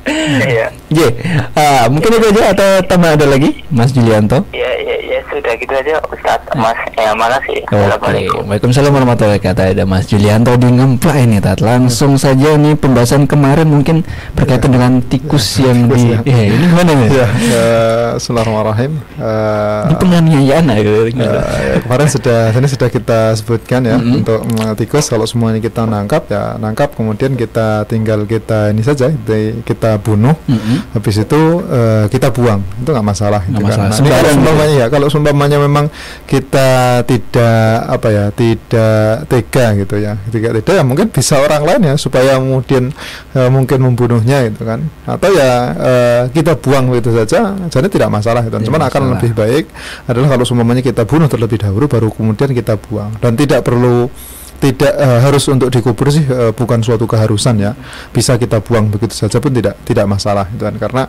Iya. Ye, uh, mungkin itu aja atau tambah ada lagi, Mas Julianto? Ya, ya, ya sudah gitu aja, Ustaz. Mas, ya mana sih? Assalamualaikum. Waalaikumsalam warahmatullahi wabarakatuh. Ada Mas Julianto di Ngemplak ini, Tat. Langsung saja nih pembahasan kemarin mungkin berkaitan ya. dengan tikus ya, yang tikus di. Ya. Eh, ini gimana nih? Ya, uh, Bismillahirrahmanirrahim. Uh, ini penganiayaan gitu. Uh, ya, kemarin sudah, ini sudah kita sebutkan ya mm-hmm. untuk uh, tikus kalau semuanya kita nangkap ya nangkap, kemudian kita tinggal kita ini saja kita, kita bunuh, mm-hmm. habis itu uh, kita buang, itu nggak masalah. Nggak gitu masalah. Kan. Nah, kalau seumpamanya ya, kalau seumpamanya memang kita tidak apa ya, tidak tega gitu ya, tidak tega ya mungkin bisa orang lain ya supaya kemudian uh, mungkin membunuhnya gitu kan, atau ya uh, kita buang itu saja, jadi tidak masalah gitu. Cuman masalah. Akan lebih baik adalah kalau seumpamanya kita bunuh terlebih dahulu baru kemudian kita buang, dan tidak perlu tidak uh, harus untuk dikubur sih uh, bukan suatu keharusan ya, bisa kita buang begitu saja pun tidak tidak masalah itu kan, karena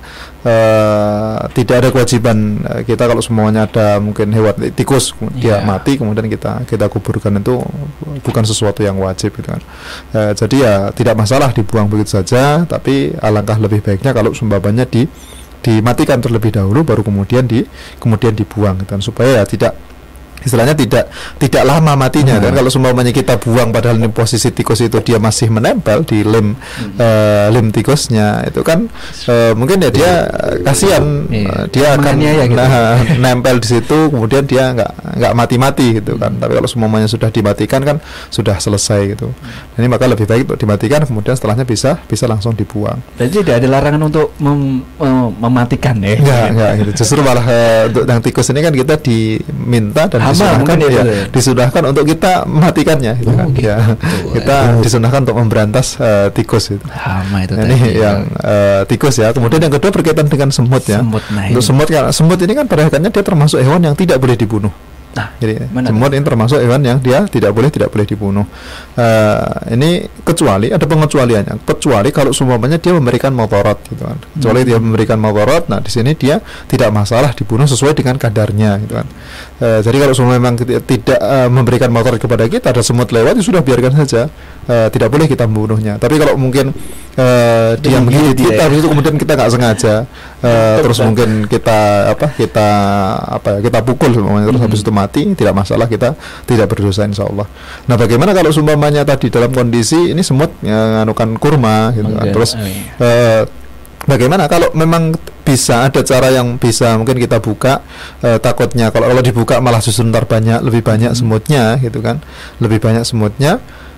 uh, tidak ada kewajiban uh, kita kalau semuanya ada mungkin hewan tikus dia yeah. mati kemudian kita kita kuburkan, itu bukan sesuatu yang wajib gitu kan. Uh, jadi ya tidak masalah dibuang begitu saja, tapi alangkah lebih baiknya kalau umpamanya di dimatikan terlebih dahulu baru kemudian di kemudian dibuang gitu kan, supaya ya tidak istilahnya tidak tidak lama matinya hmm. kan. Kalau semuanya kita buang padahal ini posisi tikus itu dia masih menempel di lem hmm. uh, lem tikusnya itu kan uh, mungkin ya dia kasihan uh, dia akan ya, gitu. nah, nempel di situ kemudian dia nggak nggak mati-mati gitu kan. hmm. Tapi kalau semuanya sudah dimatikan kan sudah selesai gitu. hmm. Ini maka lebih baik untuk dimatikan kemudian setelahnya bisa bisa langsung dibuang. Jadi tidak ada larangan untuk mem, mem, mematikan ya? Enggak, enggak gitu. Justru malah uh, untuk yang tikus ini kan kita diminta dan disunahkan ya, ya disunahkan untuk kita matikannya gitu oh, kan. Gitu. Ya, kita oh. disunahkan untuk memberantas uh, tikus itu. Hama itu ini tadi, yang uh, tikus ya. Kemudian yang kedua berkaitan dengan semut ya. Semut, nah untuk semut kan semut ini kan pada hakikatnya dia termasuk hewan yang tidak boleh dibunuh. Nah, jadi semut ini termasuk hewan yang dia tidak boleh tidak boleh dibunuh. Uh, ini kecuali ada pengecualiannya. Kecuali kalau semuanya dia memberikan mudarat gitu kan. Kecuali hmm. dia memberikan mudarat, nah di sini dia tidak masalah dibunuh sesuai dengan kadarnya gitu kan. Uh, jadi kalau semua memang tidak uh, memberikan mudarat kepada kita, ada semut lewat ya sudah biarkan saja. Uh, tidak boleh kita membunuhnya. Tapi kalau mungkin uh, dia menggigit kita, habis itu kemudian kita nggak sengaja, uh, terus mungkin kita apa kita apa ya kita pukul semuanya terus hmm. habis itu mati, tidak masalah, kita tidak berdosa insya Allah. Nah bagaimana kalau sumpamanya tadi dalam kondisi ini semut nganukan kurma gitu kan, terus uh, bagaimana kalau memang bisa ada cara yang bisa mungkin kita buka, uh, takutnya kalau kalau dibuka malah justru ntar banyak lebih banyak hmm. semutnya gitu kan, lebih banyak semutnya.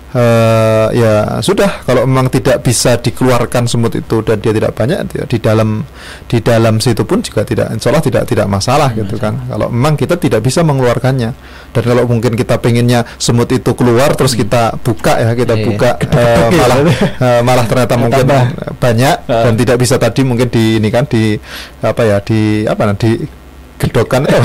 Uh, ya sudah, kalau memang tidak bisa dikeluarkan semut itu dan dia tidak banyak di dalam di dalam situ pun juga tidak, insya Allah tidak tidak masalah gitu kan. Kalau memang kita tidak bisa mengeluarkannya, dan kalau mungkin kita pengennya semut itu keluar terus kita buka ya kita e, buka uh, malah uh, malah ternyata mungkin banyak dan tidak bisa tadi mungkin di ini kan di apa ya di apa nanti gedokkan eh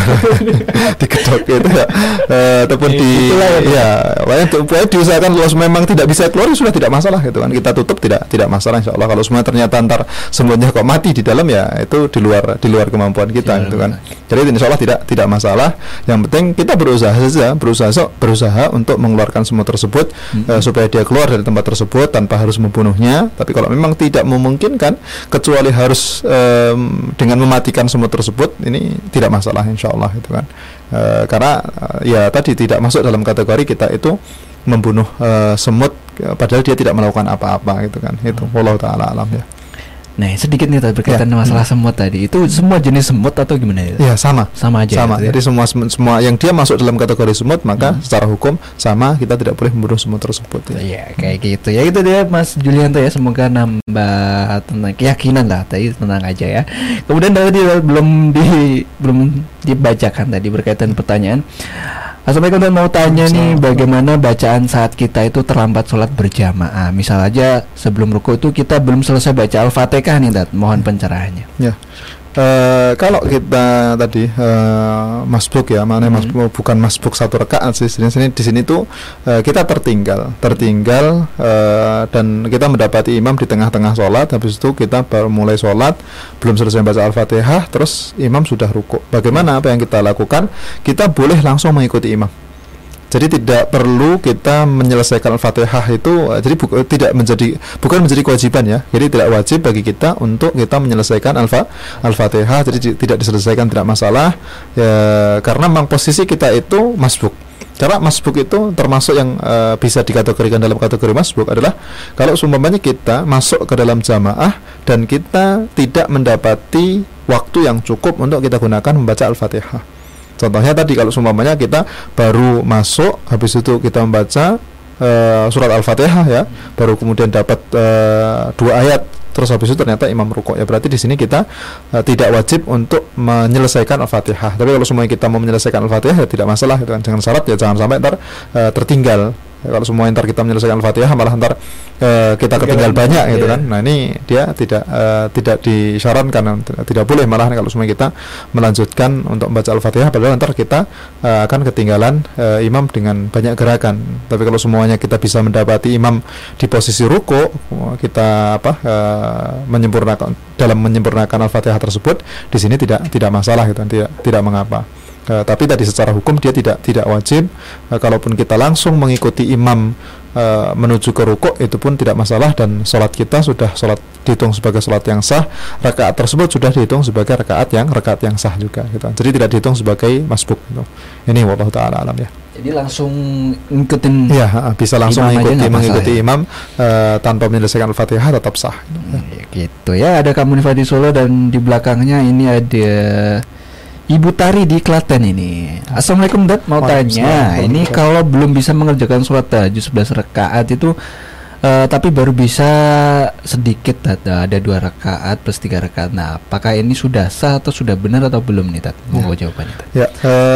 digedok itu ya uh, ataupun di ya pokoknya diusahakan kalau memang tidak bisa keluar sudah tidak masalah gitu kan, kita tutup tidak tidak masalah insya Allah. Kalau semua ternyata ntar semutnya kok mati di dalam ya itu di luar di luar kemampuan kita ya, gitu kan. Jadi insya Allah tidak tidak masalah, yang penting kita berusaha saja berusaha so, berusaha untuk mengeluarkan semut tersebut hmm. uh, supaya dia keluar dari tempat tersebut tanpa harus membunuhnya. Tapi kalau memang tidak memungkinkan kecuali harus um, dengan mematikan semut tersebut, ini tidak masalah insya Allah itu kan, e, karena e, ya tadi tidak masuk dalam kategori kita itu membunuh e, semut e, padahal dia tidak melakukan apa-apa gitu kan, itu wallahu ta'ala alam ya. Nah sedikit nih tadi berkaitan ya. masalah semut tadi, itu semua jenis semut atau gimana ya? Ya sama, sama aja. Sama. Gitu, ya? Jadi semua semua yang dia masuk dalam kategori semut maka hmm. secara hukum sama, kita tidak boleh membunuh semut tersebut. Ya, ya kayak gitu ya, itu dia Mas Julianto ya, semoga nambah tentang keyakinan lah tadi, tenang aja ya. Kemudian tadi belum di belum dibacakan tadi berkaitan pertanyaan. Assalamualaikum, dan mau tanya nih bagaimana bacaan saat kita itu terlambat sholat berjamaah. Misal aja sebelum ruku itu kita belum selesai baca Al-Fatihah nih, Dad. Mohon pencerahannya. Ya. Uh, kalau kita tadi uh, masbuk ya, mana hmm. masbuk bukan masbuk satu rakaat sih. Di sini di sini tuh uh, kita tertinggal, tertinggal uh, dan kita mendapati imam di tengah-tengah sholat. Habis itu kita baru mulai sholat, belum selesai baca Al-Fatihah, terus imam sudah rukuk. Bagaimana apa yang kita lakukan? Kita boleh langsung mengikuti imam. Jadi tidak perlu kita menyelesaikan Al-Fatihah itu, jadi bu, tidak menjadi bukan menjadi kewajiban ya. Jadi tidak wajib bagi kita untuk kita menyelesaikan Al-Fa, Al-Fatihah. Jadi tidak diselesaikan tidak masalah ya, karena memang posisi kita itu masbuk. Karena masbuk itu termasuk yang uh, bisa dikategorikan dalam kategori masbuk adalah kalau seumpamanya kita masuk ke dalam jamaah dan kita tidak mendapati waktu yang cukup untuk kita gunakan membaca Al-Fatihah. Contohnya tadi kalau seumpamanya kita baru masuk, habis itu kita membaca uh, surat Al-Fatihah ya, baru kemudian dapat uh, dua ayat, terus habis itu ternyata imam rukuk, ya berarti di sini kita uh, tidak wajib untuk menyelesaikan Al-Fatihah. Tapi kalau semuanya kita mau menyelesaikan Al-Fatihah ya tidak masalah gitu kan, jangan syarat ya jangan sampai ntar uh, tertinggal Kalau semua ntar kita menyelesaikan Al-Fatihah malah ntar uh, kita ketinggal banyak gitu kan. Nah ini dia tidak uh, tidak disyaratkan, tidak boleh malah kalau semua kita melanjutkan untuk membaca Al-Fatihah, padahal ntar kita uh, akan ketinggalan uh, imam dengan banyak gerakan. Tapi kalau semuanya kita bisa mendapati imam di posisi ruku, kita apa uh, menyempurnakan dalam menyempurnakan Al-Fatihah tersebut, di sini tidak tidak masalah gitu, tidak tidak mengapa. Uh, tapi tadi secara hukum dia tidak tidak wajib. Uh, kalaupun kita langsung mengikuti imam uh, menuju ke rukuk, itu pun tidak masalah, dan sholat kita sudah sholat dihitung sebagai sholat yang sah. Rakaat tersebut sudah dihitung sebagai rakaat yang rakaat yang sah juga gitu. Jadi tidak dihitung sebagai masbuk gitu. Ini wallahu taala alam ya. Jadi langsung ngikutin ya, bisa langsung imam mengikuti mengikuti ya? imam uh, tanpa menyelesaikan Al-Fatihah tetap sah gitu. Hmm, ya, gitu ya. Ada kamu di Solo dan di belakangnya ini ada Ibu Tari di Klaten ini. Assalamualaikum Dat, mau tanya, ini kalau belum bisa mengerjakan sholat tahajud sebelas rakaat itu uh, tapi baru bisa sedikit Dat, ada dua rakaat plus tiga rakaat. Nah, apakah ini sudah sah atau sudah benar atau belum nih Dat? Mau ya. Jawabannya Dat. Ya,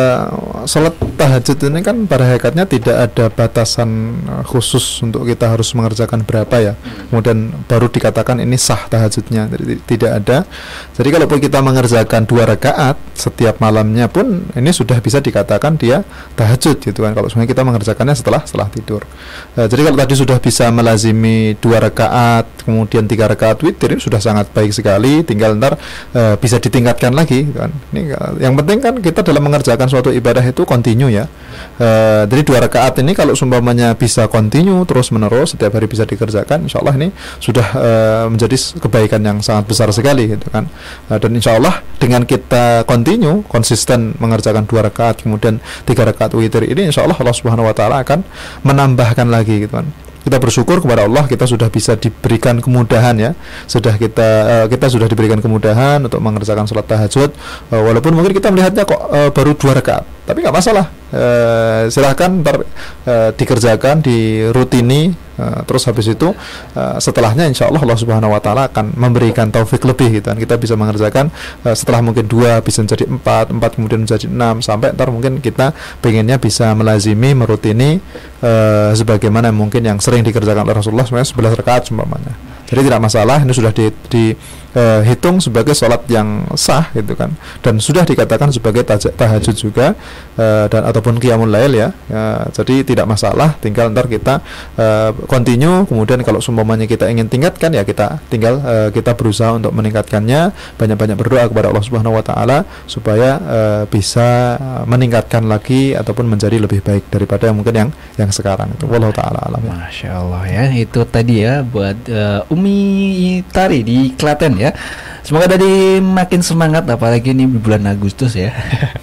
uh, sholat tahajud ini kan pada hakikatnya tidak ada batasan khusus untuk kita harus mengerjakan berapa ya. Kemudian baru dikatakan ini sah tahajudnya. Jadi tidak ada. Jadi kalaupun kita mengerjakan dua rakaat setiap malamnya pun ini sudah bisa dikatakan dia tahajud gitu kan. Kalau sebenarnya kita mengerjakannya setelah setelah tidur. Uh, jadi kalau tadi sudah bisa melazimi dua rakaat, kemudian tiga rakaat witir, ini sudah sangat baik sekali. Tinggal ntar uh, bisa ditingkatkan lagi kan. Ini uh, yang penting kan kita dalam mengerjakan suatu ibadah itu continue ya. Uh, jadi dua rakaat ini kalau sumpamanya bisa continue terus menerus setiap hari bisa dikerjakan, insya Allah ini sudah uh, menjadi kebaikan yang sangat besar sekali gitu kan. Uh, dan insya Allah dengan kita continue konsisten mengerjakan dua rakaat kemudian tiga rakaat witir ini, insya Allah Allah Subhanahu Wa Taala akan menambahkan lagi gitu kan. Kita bersyukur kepada Allah, kita sudah bisa diberikan kemudahan ya, sudah kita uh, kita sudah diberikan kemudahan untuk mengerjakan sholat tahajud, uh, walaupun mungkin kita melihatnya kok uh, baru dua rakaat, tapi nggak masalah. Uh, silahkan ntar uh, dikerjakan, dirutini, uh, terus habis itu uh, setelahnya insya Allah Allah Subhanahu Wa Taala akan memberikan taufik lebih gitu kan. Kita bisa mengerjakan uh, setelah mungkin dua bisa menjadi empat, empat kemudian menjadi enam, sampai ntar mungkin kita pengennya bisa melazimi, merutini uh, sebagaimana mungkin yang sering dikerjakan oleh Rasulullah sebenarnya sebelas rakaat umpamanya. Jadi tidak masalah, ini sudah dihitung di, uh, sebagai sholat yang sah gitu kan, dan sudah dikatakan sebagai taj- tahajud juga uh, dan ataupun qiyamul lail ya. Uh, jadi tidak masalah, tinggal ntar kita uh, continue, kemudian kalau seumpamanya kita ingin tingkatkan ya kita tinggal uh, kita berusaha untuk meningkatkannya, banyak-banyak berdoa kepada Allah Subhanahu Wa Taala supaya uh, bisa meningkatkan lagi ataupun menjadi lebih baik daripada yang mungkin yang yang sekarang itu. Wallahu taala alam. Masya Allah ya, itu tadi ya buat uh, Umi Tari di Klaten ya. Semoga tadi makin semangat, apalagi ini bulan Agustus ya.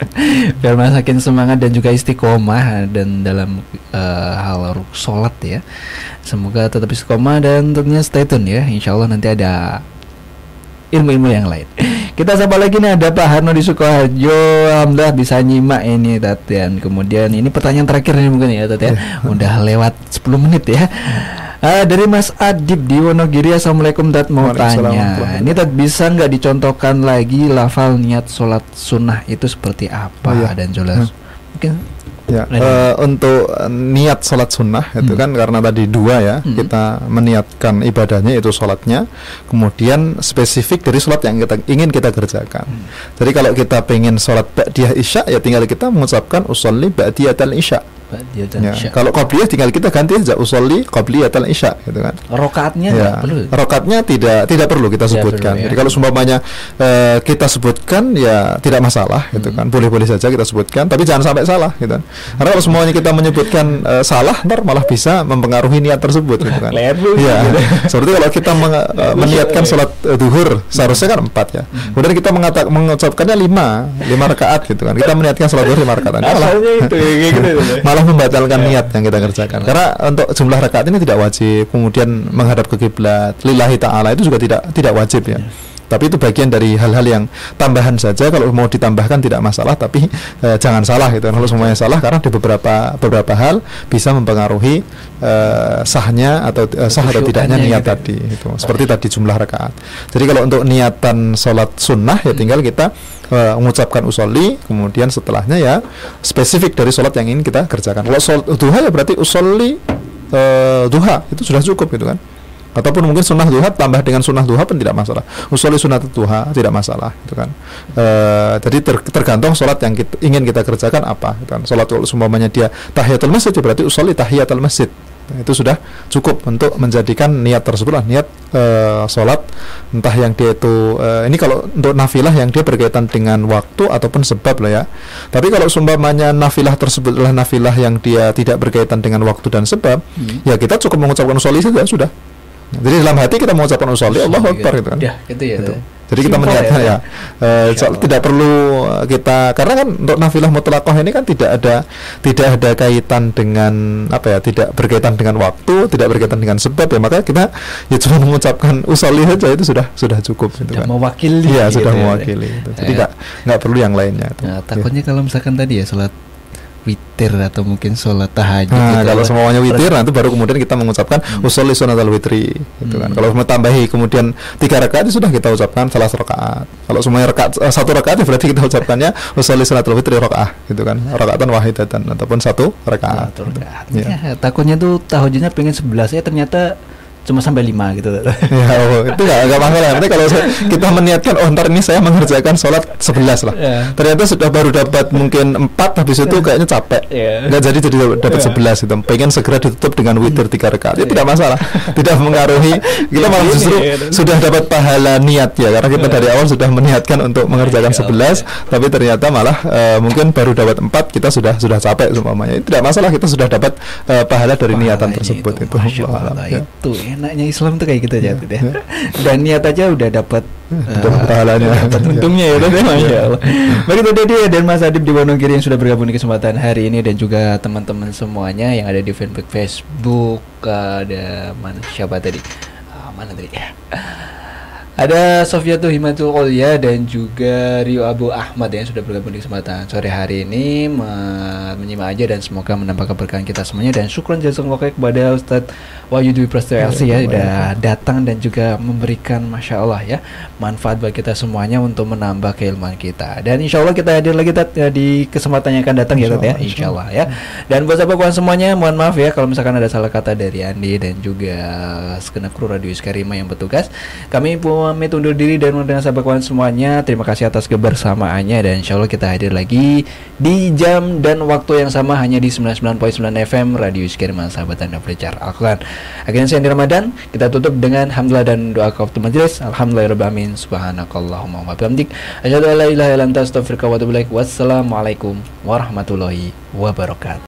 Biar makin semangat dan juga istiqomah dan dalam uh, hal sholat ya. Semoga tetap istiqomah dan tentunya stay tune ya. Insya Allah nanti ada ilmu-ilmu yang lain. Kita sapa lagi nih, ada Pak Harno di Sukoharjo. Alhamdulillah bisa nyimak ini Tat. Dan kemudian ini pertanyaan terakhir nih mungkin ya Tat ya. Udah lewat sepuluh menit ya. Uh, dari Mas Adib di Wonogiri. Assalamualaikum Tat, mau tanya, ini Tat bisa nggak dicontohkan lagi lafal niat sholat sunnah itu seperti apa? Oh, iya. Dan jelas hmm. mungkin ya, uh, untuk niat sholat sunnah itu hmm. kan karena tadi dua ya, hmm. kita meniatkan ibadahnya itu sholatnya, kemudian spesifik dari sholat yang kita ingin kita kerjakan. hmm. Jadi kalau kita pengen sholat ba'diyah isya ya tinggal kita mengucapkan usolli ba'diyatal isya. Ya, kalau qabliyah tinggal kita ganti aja usolli qabliyatal isya gitu kan. Rokaatnya ya, perlu. Rokaatnya tidak tidak perlu kita tidak sebutkan. Perlu, ya. Jadi kalau sumpamanya uh, kita sebutkan ya tidak masalah gitu hmm. kan. Boleh-boleh saja kita sebutkan, tapi jangan sampai salah gitu kan. Karena kalau semuanya kita menyebutkan uh, salah, ntar malah bisa mempengaruhi niat tersebut gitu kan. Ya. Gitu. Seperti kalau kita meng- uh, meniatkan sholat uh, duhur seharusnya kan empat ya. Hmm. Kemudian kita mengata- mengucapkannya lima, lima rakaat gitu kan. Kita meniatkan sholat duhur lima rakaat. Asalnya itu ya, kayak gitu. Malah membatalkan yeah. niat yang kita kerjakan. Karena untuk jumlah rakaat ini tidak wajib. Kemudian menghadap ke kiblat lillahi ta'ala itu juga tidak tidak wajib ya. Yeah. Tapi itu bagian dari hal-hal yang tambahan saja. Kalau mau ditambahkan tidak masalah, tapi eh, jangan salah gitu. Kalau semuanya salah, karena di beberapa beberapa hal bisa mempengaruhi eh, sahnya atau eh, sah atau tidaknya niat gitu. Tadi itu. Seperti tadi jumlah rakaat. Jadi kalau untuk niatan sholat sunnah ya tinggal kita uh, mengucapkan usolli, kemudian setelahnya ya spesifik dari sholat yang ingin kita kerjakan. Kalau sholat duha ya berarti usolli uh, duha itu sudah cukup gitu kan. Ataupun mungkin sunnah duha tambah dengan sunnah duha pun tidak masalah. Usolli sunnah duha tidak masalah, gitu kan. E, jadi ter, tergantung sholat yang kita, ingin kita kerjakan apa, gitu kan. Sholat umpamanya dia tahiyatul masjid, berarti usolli tahiyatul masjid. Nah, itu sudah cukup untuk menjadikan niat tersebut lah, niat e, sholat entah yang dia itu e, ini kalau untuk nafilah yang dia berkaitan dengan waktu ataupun sebab lah ya. Tapi kalau umpamanya nafilah tersebut adalah nafilah yang dia tidak berkaitan dengan waktu dan sebab, hmm. ya kita cukup mengucapkan usolli saja sudah. Jadi dalam hati kita mengucapkan usolli Allahu Akbar gitu kan. Ya, gitu ya. Gitu. Jadi kita meniatkan ya, ya uh, tidak perlu kita, karena kan untuk nafilah mutlaqah ini kan tidak ada tidak ada kaitan dengan apa ya, tidak berkaitan dengan waktu, tidak berkaitan dengan sebab ya, maka kita ya cuma mengucapkan usolli saja itu sudah sudah cukup gitu sudah kan. Mewakili. Iya, gitu sudah ya. mewakili gitu. Jadi nggak ya. nggak perlu yang lainnya itu. Nah, takutnya ya. Kalau misalkan tadi ya salat witir atau mungkin sholat tahajud. Nah, gitu kalau kan. semuanya witir, nanti baru kemudian kita mengucapkan hmm. usolli sunatal witri, gitu hmm. kan. Kalau mau tambahi kemudian tiga rakaat sudah kita ucapkan salah rakaat. Kalau semuanya rakaat uh, satu rakaat berarti kita ucapkannya usolli sunatal witri rakaah, gitu kan. Rakaatan wahidatan ataupun satu rakaat. Satu rakaat. Ya. Ya, takutnya tuh tahajudnya pengen sebelas ya, ternyata cuma sampai lima gitu. Ya, oh, itu nggak nggak masalah. Nanti kalau kita meniatkan, oh ntar ini saya mengerjakan sholat sebelas lah. Yeah. Ternyata sudah baru dapat mungkin empat, habis itu kayaknya capek. Yeah. Nggak jadi jadi dapat sebelas yeah. gitu. Pengen segera ditutup dengan witir tiga rakaat. Itu yeah. tidak masalah. Tidak mengaruhi. Kita malah justru sudah dapat pahala niat ya, karena kita dari awal sudah meniatkan untuk mengerjakan sebelas, tapi ternyata malah uh, mungkin baru dapat empat, kita sudah sudah capek semuanya. Itu tidak masalah. Kita sudah dapat uh, pahala dari pahalanya niatan tersebut itu. Masya Allah, ya. Itu ya. Enaknya Islam tuh kayak gitu aja, ya, ya. Dan niat aja udah dapat uh, pahalanya, dapat untungnya ya, udah masya Allah. Begitu dia dan Mas Adib di Wonogiri yang sudah bergabung di kesempatan hari ini, dan juga teman-teman semuanya yang ada di fanpage Facebook. Ada mana siapa tadi? Uh, mana tadi ya? Ada Sofiatul Himatul Qolya dan juga Rio Abu Ahmad yang sudah bergabung di kesempatan sore hari ini, me- menyimak aja dan semoga menambah keberkahan kita semuanya. Dan syukron jazakallahu khairan kepada Ustadz Wahyu Dwi Prasetyo L C ya, sudah datang dan juga memberikan masya Allah ya manfaat bagi kita semuanya untuk menambah keilmuan kita. Dan insya Allah kita hadir lagi Tat, ya, di kesempatan yang akan datang ya Tat ya, insya Allah ya. Dan buat sahabat kawan semuanya, mohon maaf ya kalau misalkan ada salah kata dari Andi dan juga segenap kru Radio Iskarima yang bertugas. Kami pamit undur diri dan dengan sahabat kawan semuanya, terima kasih atas kebersamaannya, dan insya Allah kita hadir lagi di jam dan waktu yang sama hanya di sembilan puluh sembilan koma sembilan F M Radio Iskarima, sahabat Anda Belajar Al-Quran. Akhirnya saya di Ramadan, kita tutup dengan hamdalah dan doa kafatul majelis. Alhamdulillahirabbil alamin. Subhanakallahumma wa bihamdik, asyhadu an la ilaha illa anta, astaghfiruka wa atubu ilaik. Wassalamualaikum warahmatullahi wabarakatuh.